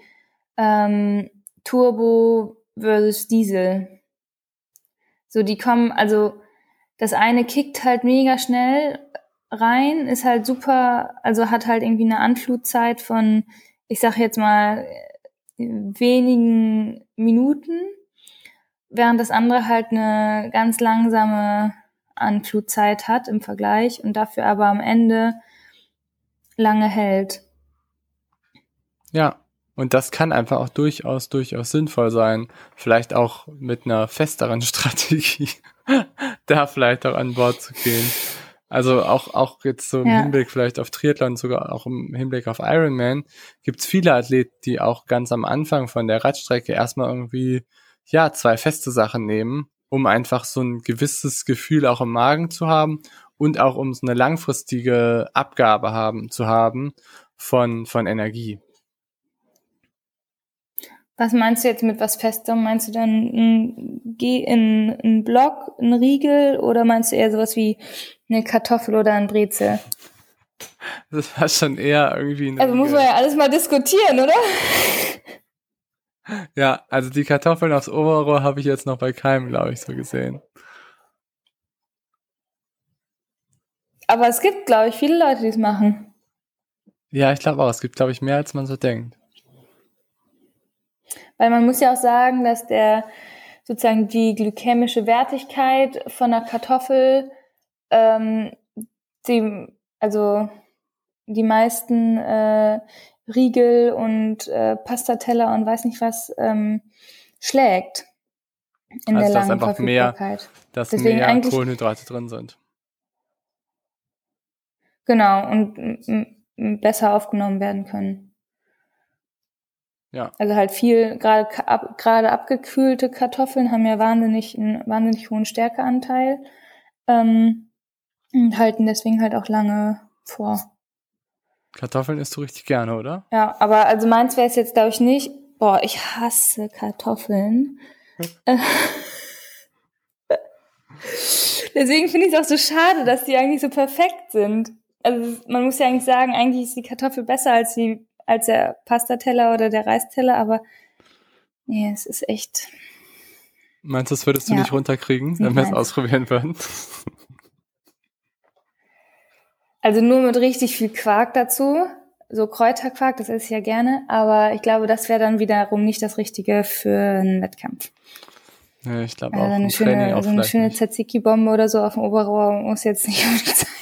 Turbo versus Diesel. So, die kommen, also das eine kickt halt mega schnell rein, ist halt super, also hat halt irgendwie eine Anflutzeit von, ich sag jetzt mal, wenigen Minuten, während das andere halt eine ganz langsame Anflutzeit hat im Vergleich und dafür aber am Ende lange hält. Ja, und das kann einfach auch durchaus sinnvoll sein. Vielleicht auch mit einer festeren Strategie da vielleicht auch an Bord zu gehen. Also auch jetzt so im Hinblick vielleicht auf Triathlon, sogar auch im Hinblick auf Ironman, gibt's viele Athleten, die auch ganz am Anfang von der Radstrecke erstmal irgendwie 2 feste Sachen nehmen, um einfach so ein gewisses Gefühl auch im Magen zu haben und auch um so eine langfristige Abgabe zu haben von Energie. Was meinst du jetzt mit was Festem? Meinst du dann ein Block, ein Riegel oder meinst du eher sowas wie eine Kartoffel oder ein Brezel? Das war schon eher irgendwie ein Also Riegel. Muss man ja alles mal diskutieren, oder? Ja, also die Kartoffeln aufs Oberrohr habe ich jetzt noch bei keinem, glaube ich, so gesehen. Aber es gibt, glaube ich, viele Leute, die es machen. Ja, ich glaube auch. Es gibt, glaube ich, mehr, als man so denkt. Weil man muss ja auch sagen, dass sozusagen die glykämische Wertigkeit von einer Kartoffel, die meisten Riegel und Pastateller und weiß nicht was schlägt in der langen Verfügbarkeit. Dass mehr Kohlenhydrate drin sind. Genau, und besser aufgenommen werden können. Ja. Also halt viel, gerade abgekühlte Kartoffeln haben ja einen wahnsinnig hohen Stärkeanteil. Und halten deswegen halt auch lange vor. Kartoffeln isst du richtig gerne, oder? Ja, aber also meins wäre es jetzt, glaube ich, nicht. Boah, ich hasse Kartoffeln. Deswegen finde ich es auch so schade, dass die eigentlich so perfekt sind. Also man muss ja eigentlich sagen, eigentlich ist die Kartoffel besser als der Pastateller oder der Reisteller, aber nee, es ist echt. Meinst du, das würdest du nicht runterkriegen, wenn wir es ausprobieren würden? Also nur mit richtig viel Quark dazu, so Kräuterquark, das esse ich ja gerne, aber ich glaube, das wäre dann wiederum nicht das Richtige für einen Wettkampf. Ja, ich glaube auch. Eine schöne Tzatziki-Bombe oder so auf dem Oberrohr muss jetzt nicht unbedingt sein.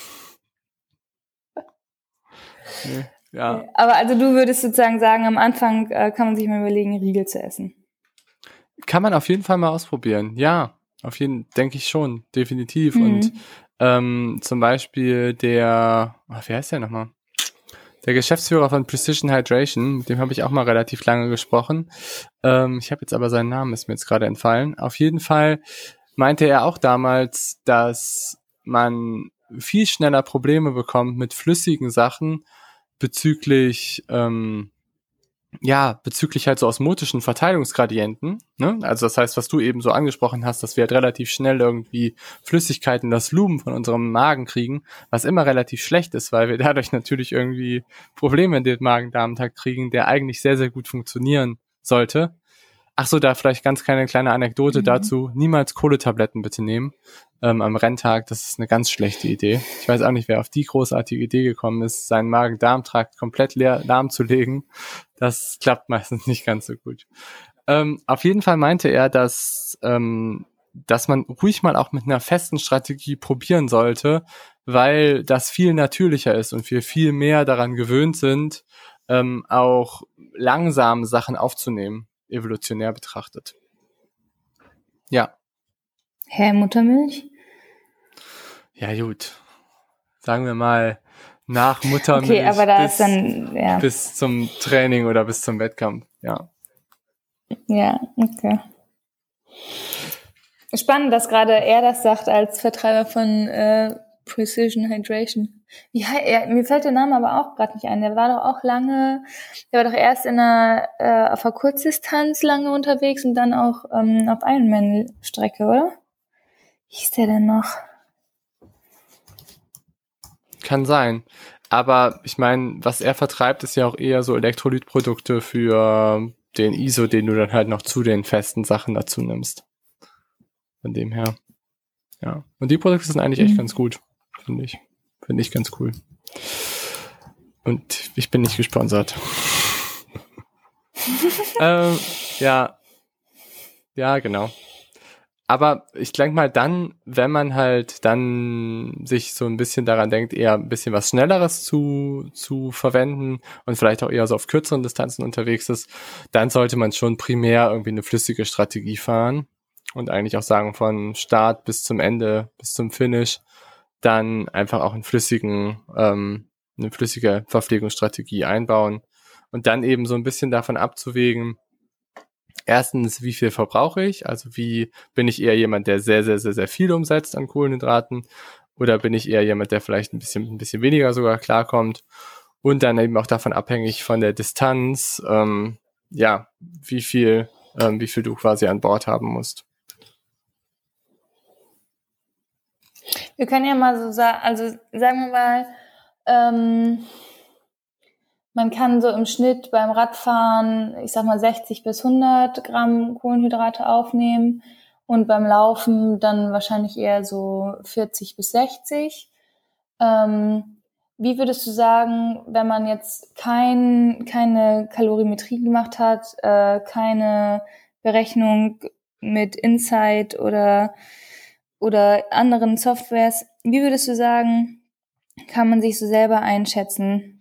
Nee, ja. Aber also du würdest sozusagen sagen, am Anfang kann man sich mal überlegen, Riegel zu essen. Kann man auf jeden Fall mal ausprobieren. Ja, denke ich schon, definitiv. Und zum Beispiel wie heißt der nochmal? Der Geschäftsführer von Precision Hydration, mit dem habe ich auch mal relativ lange gesprochen. Ich habe jetzt aber seinen Namen, ist mir jetzt gerade entfallen. Auf jeden Fall meinte er auch damals, dass man viel schneller Probleme bekommt mit flüssigen Sachen bezüglich halt so osmotischen Verteilungsgradienten, ne? Also das heißt, was du eben so angesprochen hast, dass wir halt relativ schnell irgendwie Flüssigkeiten in das Lumen von unserem Magen kriegen, was immer relativ schlecht ist, weil wir dadurch natürlich irgendwie Probleme in den Magen-Darm-Trakt kriegen, der eigentlich sehr, sehr gut funktionieren sollte. Ach so, da vielleicht ganz kleine Anekdote dazu. Niemals Kohletabletten bitte nehmen am Renntag. Das ist eine ganz schlechte Idee. Ich weiß auch nicht, wer auf die großartige Idee gekommen ist, seinen Magen-Darm-Trakt komplett lahmzulegen. Das klappt meistens nicht ganz so gut. Auf jeden Fall meinte er, dass man ruhig mal auch mit einer festen Strategie probieren sollte, weil das viel natürlicher ist und wir viel mehr daran gewöhnt sind, auch langsame Sachen aufzunehmen, evolutionär betrachtet. Ja. Muttermilch? Ja, gut. Sagen wir mal, nach Muttermilch okay, aber da ist dann, bis zum Training oder bis zum Wettkampf, ja. Ja, okay. Spannend, dass gerade er das sagt als Vertreiber von Precision Hydration. Mir fällt der Name aber auch gerade nicht ein. Der war doch erst auf der Kurzdistanz lange unterwegs und dann auch auf Ironman-Strecke, oder? Wie hieß der denn noch? Kann sein. Aber ich meine, was er vertreibt, ist ja auch eher so Elektrolytprodukte für den ISO, den du dann halt noch zu den festen Sachen dazu nimmst. Von dem her. Ja. Und die Produkte sind eigentlich echt ganz gut, finde ich. Finde ich ganz cool. Und ich bin nicht gesponsert. Ja. Ja, genau. Aber ich denke mal dann, wenn man halt dann sich so ein bisschen daran denkt, eher ein bisschen was Schnelleres zu verwenden und vielleicht auch eher so auf kürzeren Distanzen unterwegs ist, dann sollte man schon primär irgendwie eine flüssige Strategie fahren und eigentlich auch sagen, von Start bis zum Ende, bis zum Finish, dann einfach auch eine flüssige Verpflegungsstrategie einbauen und dann eben so ein bisschen davon abzuwägen, erstens, wie viel verbrauche ich? Also wie bin ich eher jemand, der sehr, sehr, sehr, sehr viel umsetzt an Kohlenhydraten? Oder bin ich eher jemand, der vielleicht ein bisschen weniger sogar klarkommt? Und dann eben auch davon abhängig von der Distanz, wie viel du quasi an Bord haben musst. Wir können ja mal so sagen, also sagen wir mal, man kann so im Schnitt beim Radfahren, ich sag mal 60 bis 100 Gramm Kohlenhydrate aufnehmen und beim Laufen dann wahrscheinlich eher so 40 bis 60. Wie würdest du sagen, wenn man jetzt keine Kalorimetrie gemacht hat, keine Berechnung mit Insight oder anderen Softwares, wie würdest du sagen, kann man sich so selber einschätzen?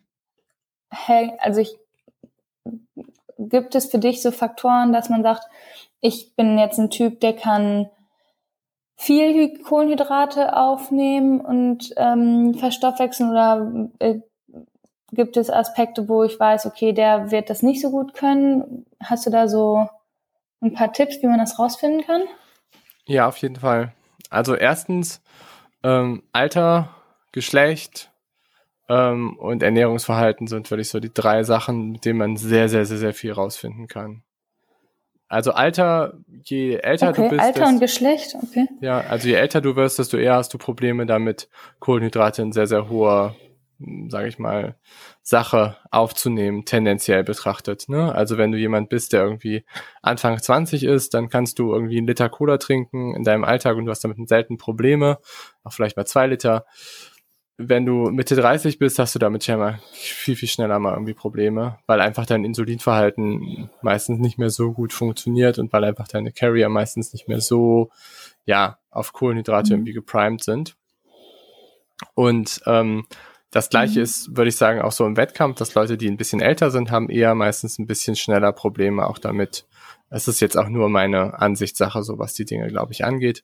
Gibt es für dich so Faktoren, dass man sagt, ich bin jetzt ein Typ, der kann viel Kohlenhydrate aufnehmen und verstoffwechseln, oder gibt es Aspekte, wo ich weiß, okay, der wird das nicht so gut können? Hast du da so ein paar Tipps, wie man das rausfinden kann? Ja, auf jeden Fall. Also erstens, Alter Geschlecht und Ernährungsverhalten sind, würde ich so die 3 Sachen, mit denen man sehr, sehr, sehr, sehr viel rausfinden kann. Also Alter, je älter du bist. Alter und Geschlecht, okay. Ja, also je älter du wirst, desto eher hast du Probleme damit, Kohlenhydrate in sehr, sehr hoher, sage ich mal, Sache aufzunehmen, tendenziell betrachtet. Ne? Also wenn du jemand bist, der irgendwie Anfang 20 ist, dann kannst du irgendwie 1 Liter Cola trinken in deinem Alltag und du hast damit selten Probleme, auch vielleicht mal 2 Liter. Wenn du Mitte 30 bist, hast du damit schon mal viel, viel schneller mal irgendwie Probleme, weil einfach dein Insulinverhalten meistens nicht mehr so gut funktioniert und weil einfach deine Carrier meistens nicht mehr so, ja, auf Kohlenhydrate irgendwie geprimed sind. Und das Gleiche ist, würde ich sagen, auch so im Wettkampf, dass Leute, die ein bisschen älter sind, haben eher meistens ein bisschen schneller Probleme auch damit. Es ist jetzt auch nur meine Ansichtssache, so was die Dinge, glaube ich, angeht.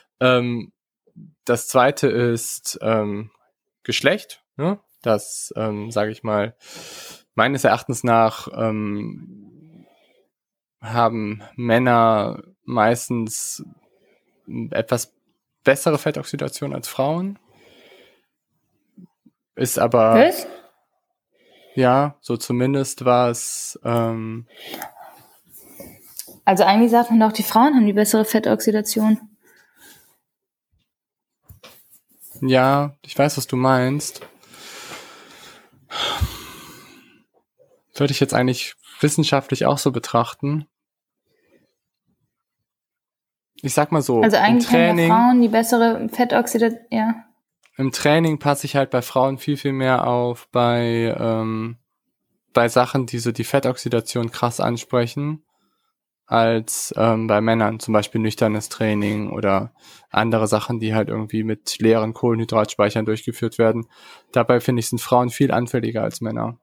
Das Zweite ist Geschlecht, ne? Das, sage ich mal, meines Erachtens nach haben Männer meistens etwas bessere Fettoxidation als Frauen. Ist aber... Was? Ja, so zumindest war es... Also eigentlich sagt man doch, die Frauen haben die bessere Fettoxidation. Ja, ich weiß, was du meinst. Würde ich jetzt eigentlich wissenschaftlich auch so betrachten. Ich sag mal so, Also eigentlich im Training, haben ja Frauen die bessere Fettoxidation, ja. im Training passe ich halt bei Frauen viel, viel mehr auf bei Sachen, die so die Fettoxidation krass ansprechen, als bei Männern, zum Beispiel nüchternes Training oder andere Sachen, die halt irgendwie mit leeren Kohlenhydratspeichern durchgeführt werden. Dabei finde ich, sind Frauen viel anfälliger als Männer.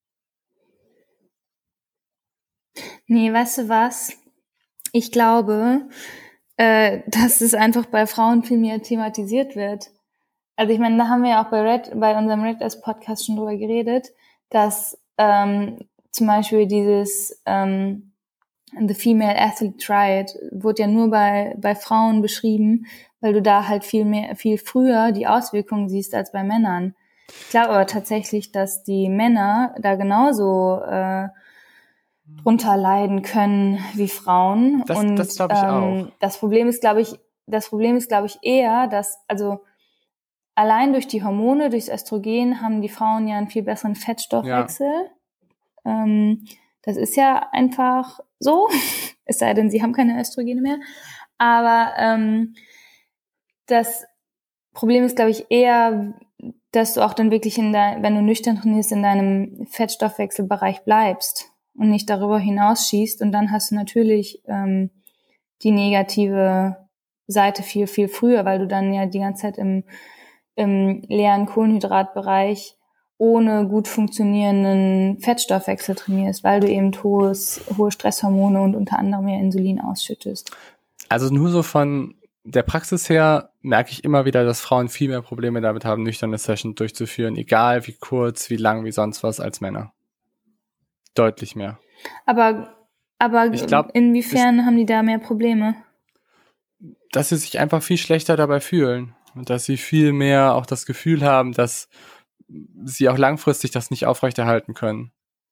Nee, weißt du was? Ich glaube, dass es einfach bei Frauen viel mehr thematisiert wird. Also ich meine, da haben wir ja auch bei unserem Red Podcast schon drüber geredet, dass zum Beispiel dieses The Female Athlete Triad wurde ja nur bei Frauen beschrieben, weil du da halt viel früher die Auswirkungen siehst als bei Männern. Ich glaube aber tatsächlich, dass die Männer da genauso drunter leiden können wie Frauen. Das glaube ich auch. Das Problem ist, glaube ich, eher, dass, also allein durch die Hormone, durchs Östrogen haben die Frauen ja einen viel besseren Fettstoffwechsel. Ja. Das ist ja einfach so, es sei denn, sie haben keine Östrogene mehr. Aber das Problem ist, glaube ich, eher, dass du auch dann wirklich wenn du nüchtern trainierst, in deinem Fettstoffwechselbereich bleibst und nicht darüber hinausschießt. Und dann hast du natürlich die negative Seite viel, viel früher, weil du dann ja die ganze Zeit im leeren Kohlenhydratbereich ohne gut funktionierenden Fettstoffwechsel trainierst, weil du eben hohe Stresshormone und unter anderem ja Insulin ausschüttest. Also nur so von der Praxis her merke ich immer wieder, dass Frauen viel mehr Probleme damit haben, nüchterne Sessions durchzuführen, egal wie kurz, wie lang, wie sonst was, als Männer. Deutlich mehr. Aber ich glaub, inwiefern haben die da mehr Probleme? Dass sie sich einfach viel schlechter dabei fühlen und dass sie viel mehr auch das Gefühl haben, dass sie auch langfristig das nicht aufrechterhalten können.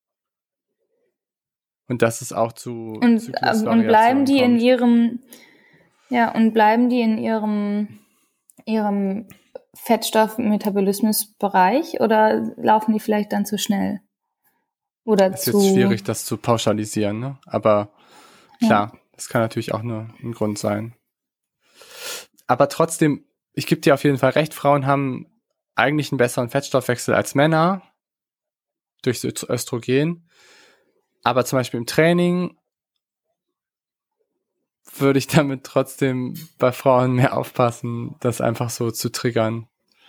Und dass es auch zu Zyklusvariationen und bleiben die kommt. bleiben die in ihrem Fettstoffmetabolismusbereich oder laufen die vielleicht dann zu schnell? Oder es ist jetzt schwierig, das zu pauschalisieren, ne? Aber klar, das kann natürlich auch nur ein Grund sein. Aber trotzdem, ich gebe dir auf jeden Fall recht, Frauen haben eigentlich einen besseren Fettstoffwechsel als Männer durch Östrogen. Aber zum Beispiel im Training würde ich damit trotzdem bei Frauen mehr aufpassen, das einfach so zu triggern.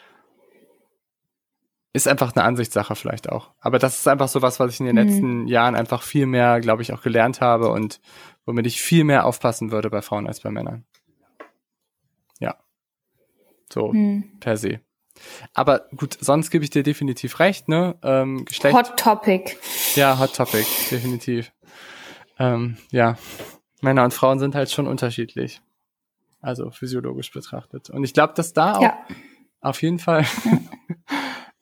Ist einfach eine Ansichtssache vielleicht auch. Aber das ist einfach so was ich in den letzten Jahren einfach viel mehr, glaube ich, auch gelernt habe und womit ich viel mehr aufpassen würde bei Frauen als bei Männern. Ja. So, per se. Aber gut, sonst gebe ich dir definitiv recht, ne? Geschlecht. Hot Topic. Ja, Hot Topic, definitiv. Ja, Männer und Frauen sind halt schon unterschiedlich. Also physiologisch betrachtet. Und ich glaube, dass da auch auf jeden Fall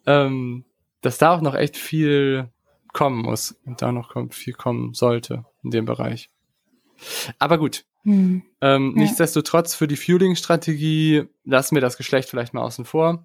dass da auch noch echt viel kommen muss und da noch viel kommen sollte in dem Bereich. Aber gut. Nichtsdestotrotz für die Fueling-Strategie lassen wir das Geschlecht vielleicht mal außen vor.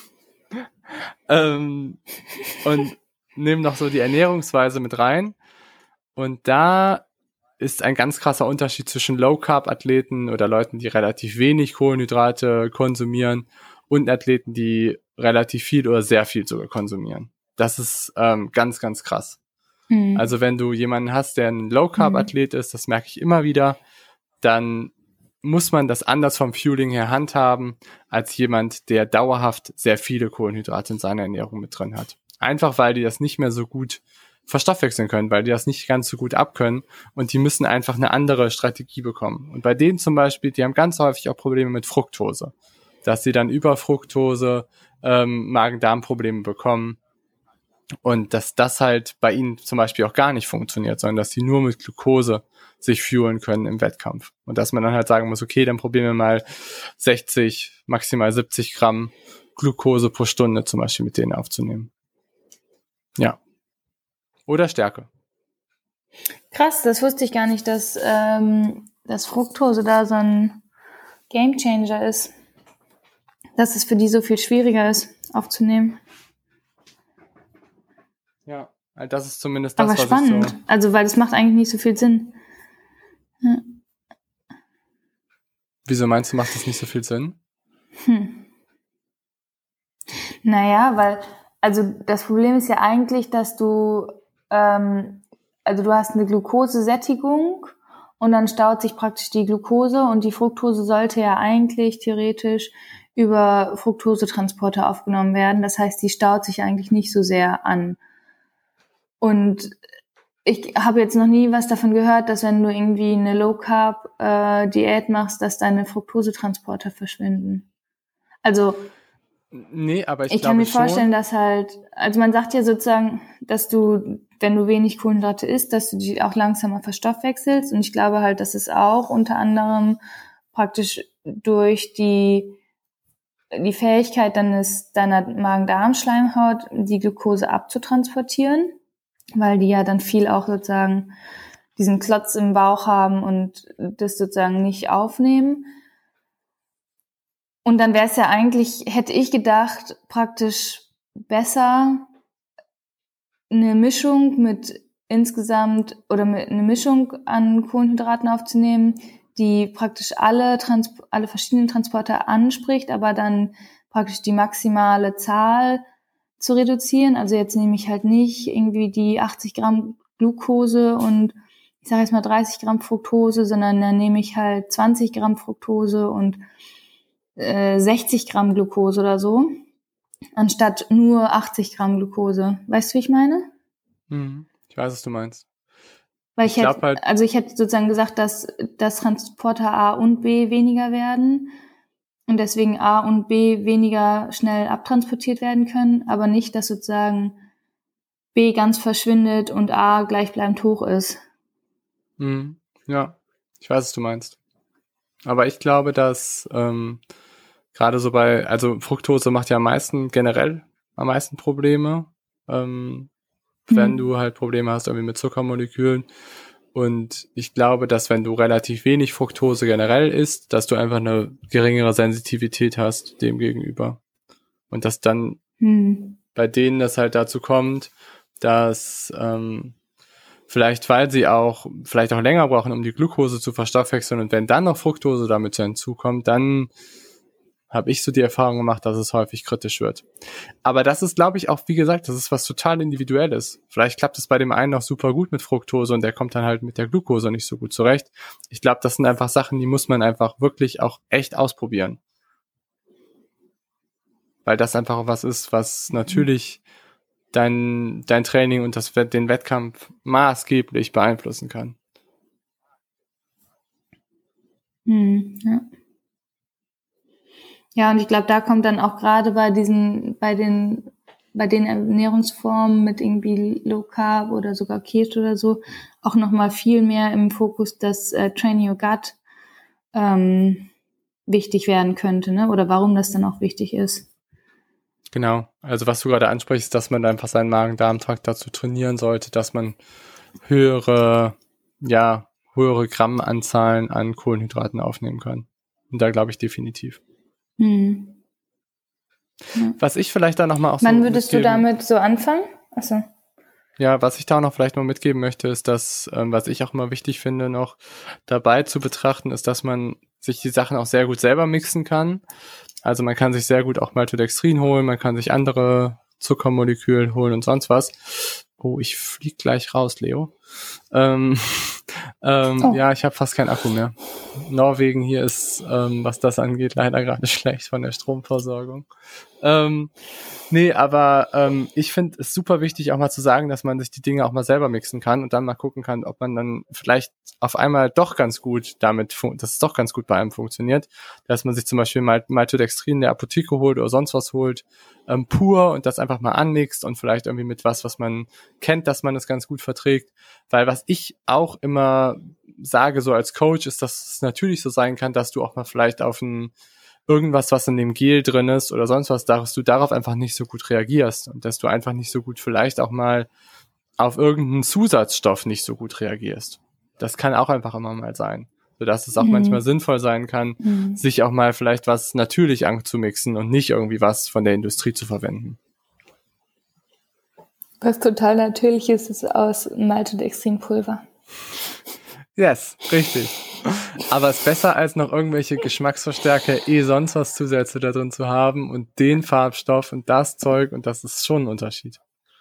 Und nehmen noch so die Ernährungsweise mit rein. Und da ist ein ganz krasser Unterschied zwischen Low-Carb-Athleten oder Leuten, die relativ wenig Kohlenhydrate konsumieren und Athleten, die relativ viel oder sehr viel sogar konsumieren. Das ist ganz, ganz krass. Also wenn du jemanden hast, der ein Low-Carb-Athlet ist, das merke ich immer wieder, dann muss man das anders vom Fueling her handhaben, als jemand, der dauerhaft sehr viele Kohlenhydrate in seiner Ernährung mit drin hat. Einfach, weil die das nicht mehr so gut verstoffwechseln können, weil die das nicht ganz so gut abkönnen und die müssen einfach eine andere Strategie bekommen. Und bei denen zum Beispiel, die haben ganz häufig auch Probleme mit Fructose, dass sie dann über Fructose Magen-Darm-Probleme bekommen und dass das halt bei ihnen zum Beispiel auch gar nicht funktioniert, sondern dass sie nur mit Glucose sich fuelen können im Wettkampf. Und dass man dann halt sagen muss, okay, dann probieren wir mal 60, maximal 70 Gramm Glucose pro Stunde zum Beispiel mit denen aufzunehmen. Ja. Oder Stärke. Krass, das wusste ich gar nicht, dass Fructose da so ein Gamechanger ist. Dass es für die so viel schwieriger ist, aufzunehmen. Ja, das ist zumindest das, aber was spannend. ich so... Also, weil das macht eigentlich nicht so viel Sinn. Ja. Wieso meinst du, macht das nicht so viel Sinn? Naja, weil, also das Problem ist ja eigentlich, dass du, also du hast eine Glukosesättigung und dann staut sich praktisch die Glucose und die Fructose sollte ja eigentlich theoretisch über Fructosetransporter aufgenommen werden. Das heißt, die staut sich eigentlich nicht so sehr an. Und ich habe jetzt noch nie was davon gehört, dass wenn du irgendwie eine Low-Carb-Diät machst, dass deine Fructosetransporter verschwinden. Also nee, aber ich kann mir vorstellen, dass halt, also man sagt ja sozusagen, dass du, wenn du wenig Kohlenhydrate isst, dass du die auch langsamer verstoffwechselst. Und ich glaube halt, dass es auch unter anderem praktisch durch die Fähigkeit deiner Magen-Darm-Schleimhaut, die Glucose abzutransportieren, weil die ja dann viel auch sozusagen diesen Klotz im Bauch haben und das sozusagen nicht aufnehmen. Und dann wäre es ja eigentlich, hätte ich gedacht, praktisch besser eine Mischung mit insgesamt oder mit eine Mischung an Kohlenhydraten aufzunehmen, die praktisch alle verschiedenen Transporter anspricht, aber dann praktisch die maximale Zahl zu reduzieren. Also jetzt nehme ich halt nicht irgendwie die 80 Gramm Glucose und ich sage jetzt mal 30 Gramm Fructose, sondern dann nehme ich halt 20 Gramm Fructose und 60 Gramm Glucose oder so, anstatt nur 80 Gramm Glucose. Weißt du, wie ich meine? Ich weiß, was du meinst. Weil ich hätte sozusagen gesagt, dass Transporter A und B weniger werden und deswegen A und B weniger schnell abtransportiert werden können, aber nicht, dass sozusagen B ganz verschwindet und A gleichbleibend hoch ist. Ja, ich weiß, was du meinst. Aber ich glaube, dass gerade so also Fructose macht ja generell am meisten Probleme, wenn du halt Probleme hast irgendwie mit Zuckermolekülen. Und ich glaube, dass wenn du relativ wenig Fructose generell isst, dass du einfach eine geringere Sensitivität hast dem gegenüber. Und dass dann bei denen das halt dazu kommt, dass vielleicht, weil sie vielleicht auch länger brauchen, um die Glucose zu verstoffwechseln und wenn dann noch Fructose damit hinzukommt, dann habe ich so die Erfahrung gemacht, dass es häufig kritisch wird. Aber das ist, glaube ich, auch, wie gesagt, das ist was total Individuelles. Vielleicht klappt es bei dem einen noch super gut mit Fructose und der kommt dann halt mit der Glucose nicht so gut zurecht. Ich glaube, das sind einfach Sachen, die muss man einfach wirklich auch echt ausprobieren. Weil das einfach was ist, was natürlich dein Training und den Wettkampf maßgeblich beeinflussen kann. Ja. Ja, und ich glaube, da kommt dann auch gerade bei den Ernährungsformen mit irgendwie Low Carb oder sogar Keto oder so auch nochmal viel mehr im Fokus, dass Train Your Gut wichtig werden könnte, ne? Oder warum das dann auch wichtig ist. Genau. Also was du gerade ansprichst, ist, dass man einfach seinen Magen-Darm-Trakt dazu trainieren sollte, dass man höhere Grammanzahlen an Kohlenhydraten aufnehmen kann. Und da glaube ich definitiv. Hm. Was ich vielleicht da nochmal auch so Wann würdest du damit so anfangen? Achso. Ja, was ich da noch vielleicht mal mitgeben möchte, ist, dass, was ich auch immer wichtig finde, noch dabei zu betrachten, ist, dass man sich die Sachen auch sehr gut selber mixen kann. Also man kann sich sehr gut auch Maltodextrin holen, man kann sich andere Zuckermoleküle holen und sonst was. Oh, ich flieg gleich raus, Leo. Ja, ich habe fast keinen Akku mehr. Norwegen hier ist, was das angeht, leider gerade schlecht von der Stromversorgung. Ich finde es super wichtig, auch mal zu sagen, dass man sich die Dinge auch mal selber mixen kann und dann mal gucken kann, ob man dann vielleicht auf einmal doch ganz gut dass es doch ganz gut bei einem funktioniert, dass man sich zum Beispiel Maltodextrin in der Apotheke holt oder sonst was holt, pur und das einfach mal anmixt und vielleicht irgendwie mit was man kennt, dass man das ganz gut verträgt, weil was ich auch immer sage, so als Coach, ist, dass es natürlich so sein kann, dass du auch mal vielleicht auf irgendwas, was in dem Gel drin ist oder sonst was, dass du darauf einfach nicht so gut reagierst und dass du einfach nicht so gut vielleicht auch mal auf irgendeinen Zusatzstoff nicht so gut reagierst. Das kann auch einfach immer mal sein, sodass es auch manchmal sinnvoll sein kann, sich auch mal vielleicht was natürlich anzumixen und nicht irgendwie was von der Industrie zu verwenden. Was total natürlich ist aus Maltodextrinpulver. Yes, richtig. Aber es ist besser, als noch irgendwelche Geschmacksverstärker, sonst was Zusätze da drin zu haben und den Farbstoff und das Zeug, und das ist schon ein Unterschied.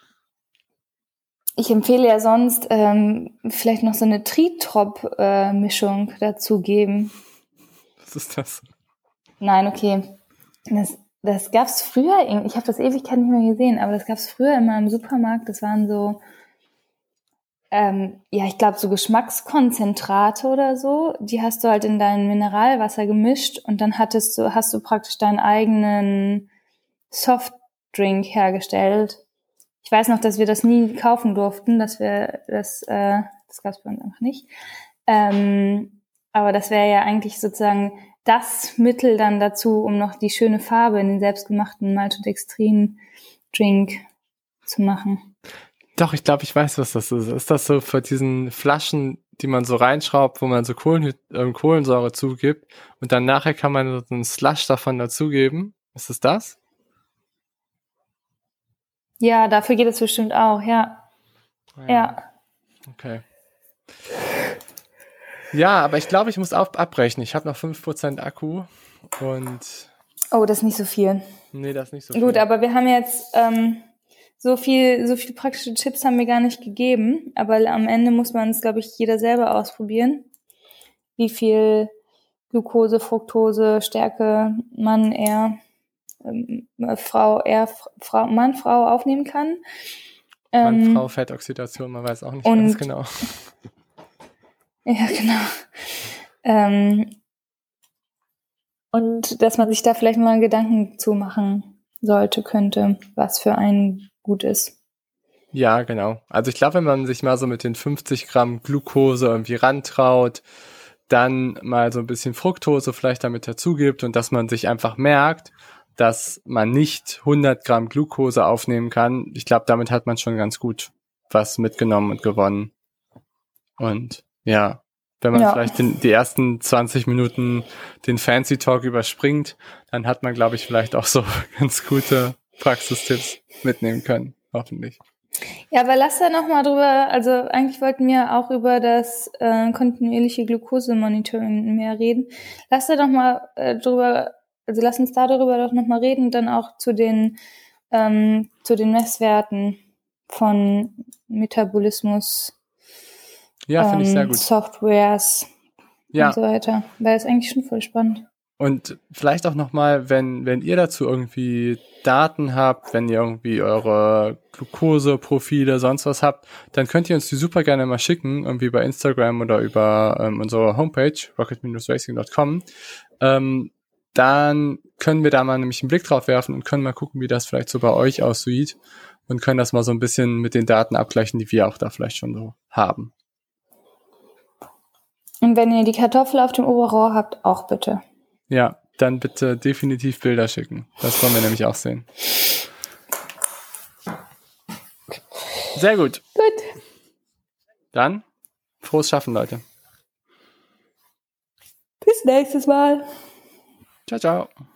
Ich empfehle ja sonst vielleicht noch so eine Tritrop-Mischung dazu geben. Was ist das? Nein, okay. Das gab's früher, ich habe das Ewigkeit nicht mehr gesehen, aber das gab's früher immer im Supermarkt. Das waren so ich glaube so Geschmackskonzentrate oder so, die hast du halt in dein Mineralwasser gemischt und dann hast du praktisch deinen eigenen Softdrink hergestellt. Ich weiß noch, dass wir das nie kaufen durften, das gab's bei uns einfach nicht. Aber das wäre ja eigentlich sozusagen das Mittel dann dazu, um noch die schöne Farbe in den selbstgemachten Maltodextrin-Drink zu machen. Doch, ich glaube, ich weiß, was das ist. Ist das so für diesen Flaschen, die man so reinschraubt, wo man so Kohlensäure zugibt und dann nachher kann man so einen Slush davon dazugeben? Ist es das? Ja, dafür geht es bestimmt auch, ja. Ja. Okay. Ja, aber ich glaube, ich muss abbrechen. Ich habe noch 5% Akku und... Oh, das ist nicht so viel. Nee, das ist nicht so viel. Gut, aber wir haben jetzt... So viel praktische Tipps haben wir gar nicht gegeben, aber am Ende muss man es, glaube ich, jeder selber ausprobieren, wie viel Glucose, Fructose, Stärke Mann, Frau aufnehmen kann. Mann, Frau, Fettoxidation, man weiß auch nicht ganz genau. Ja, genau. Und dass man sich da vielleicht mal Gedanken zu machen könnte, was für einen gut ist. Ja, genau. Also ich glaube, wenn man sich mal so mit den 50 Gramm Glucose irgendwie rantraut, dann mal so ein bisschen Fructose vielleicht damit dazugibt und dass man sich einfach merkt, dass man nicht 100 Gramm Glucose aufnehmen kann. Ich glaube, damit hat man schon ganz gut was mitgenommen und gewonnen. Und ja, wenn man vielleicht die ersten 20 Minuten den Fancy Talk überspringt, dann hat man, glaube ich, vielleicht auch so ganz gute Praxistipps mitnehmen können, hoffentlich. Ja, aber lass da nochmal drüber, also eigentlich wollten wir auch über das kontinuierliche Glucose-Monitoring mehr reden. Lass uns da darüber doch nochmal reden und dann auch zu den Messwerten von Metabolismus, finde ich sehr gut. Softwares und so weiter. Weil das eigentlich schon voll spannend. Und vielleicht auch nochmal, wenn ihr dazu irgendwie Daten habt, wenn ihr irgendwie eure Glucose-Profile, sonst was habt, dann könnt ihr uns die super gerne mal schicken, irgendwie bei Instagram oder über unsere Homepage, rocket-racing.com. Dann können wir da mal nämlich einen Blick drauf werfen und können mal gucken, wie das vielleicht so bei euch aussieht und können das mal so ein bisschen mit den Daten abgleichen, die wir auch da vielleicht schon so haben. Und wenn ihr die Kartoffel auf dem Oberrohr habt, auch bitte. Ja, dann bitte definitiv Bilder schicken. Das wollen wir nämlich auch sehen. Sehr gut. Gut. Dann frohes Schaffen, Leute. Bis nächstes Mal. Ciao, ciao.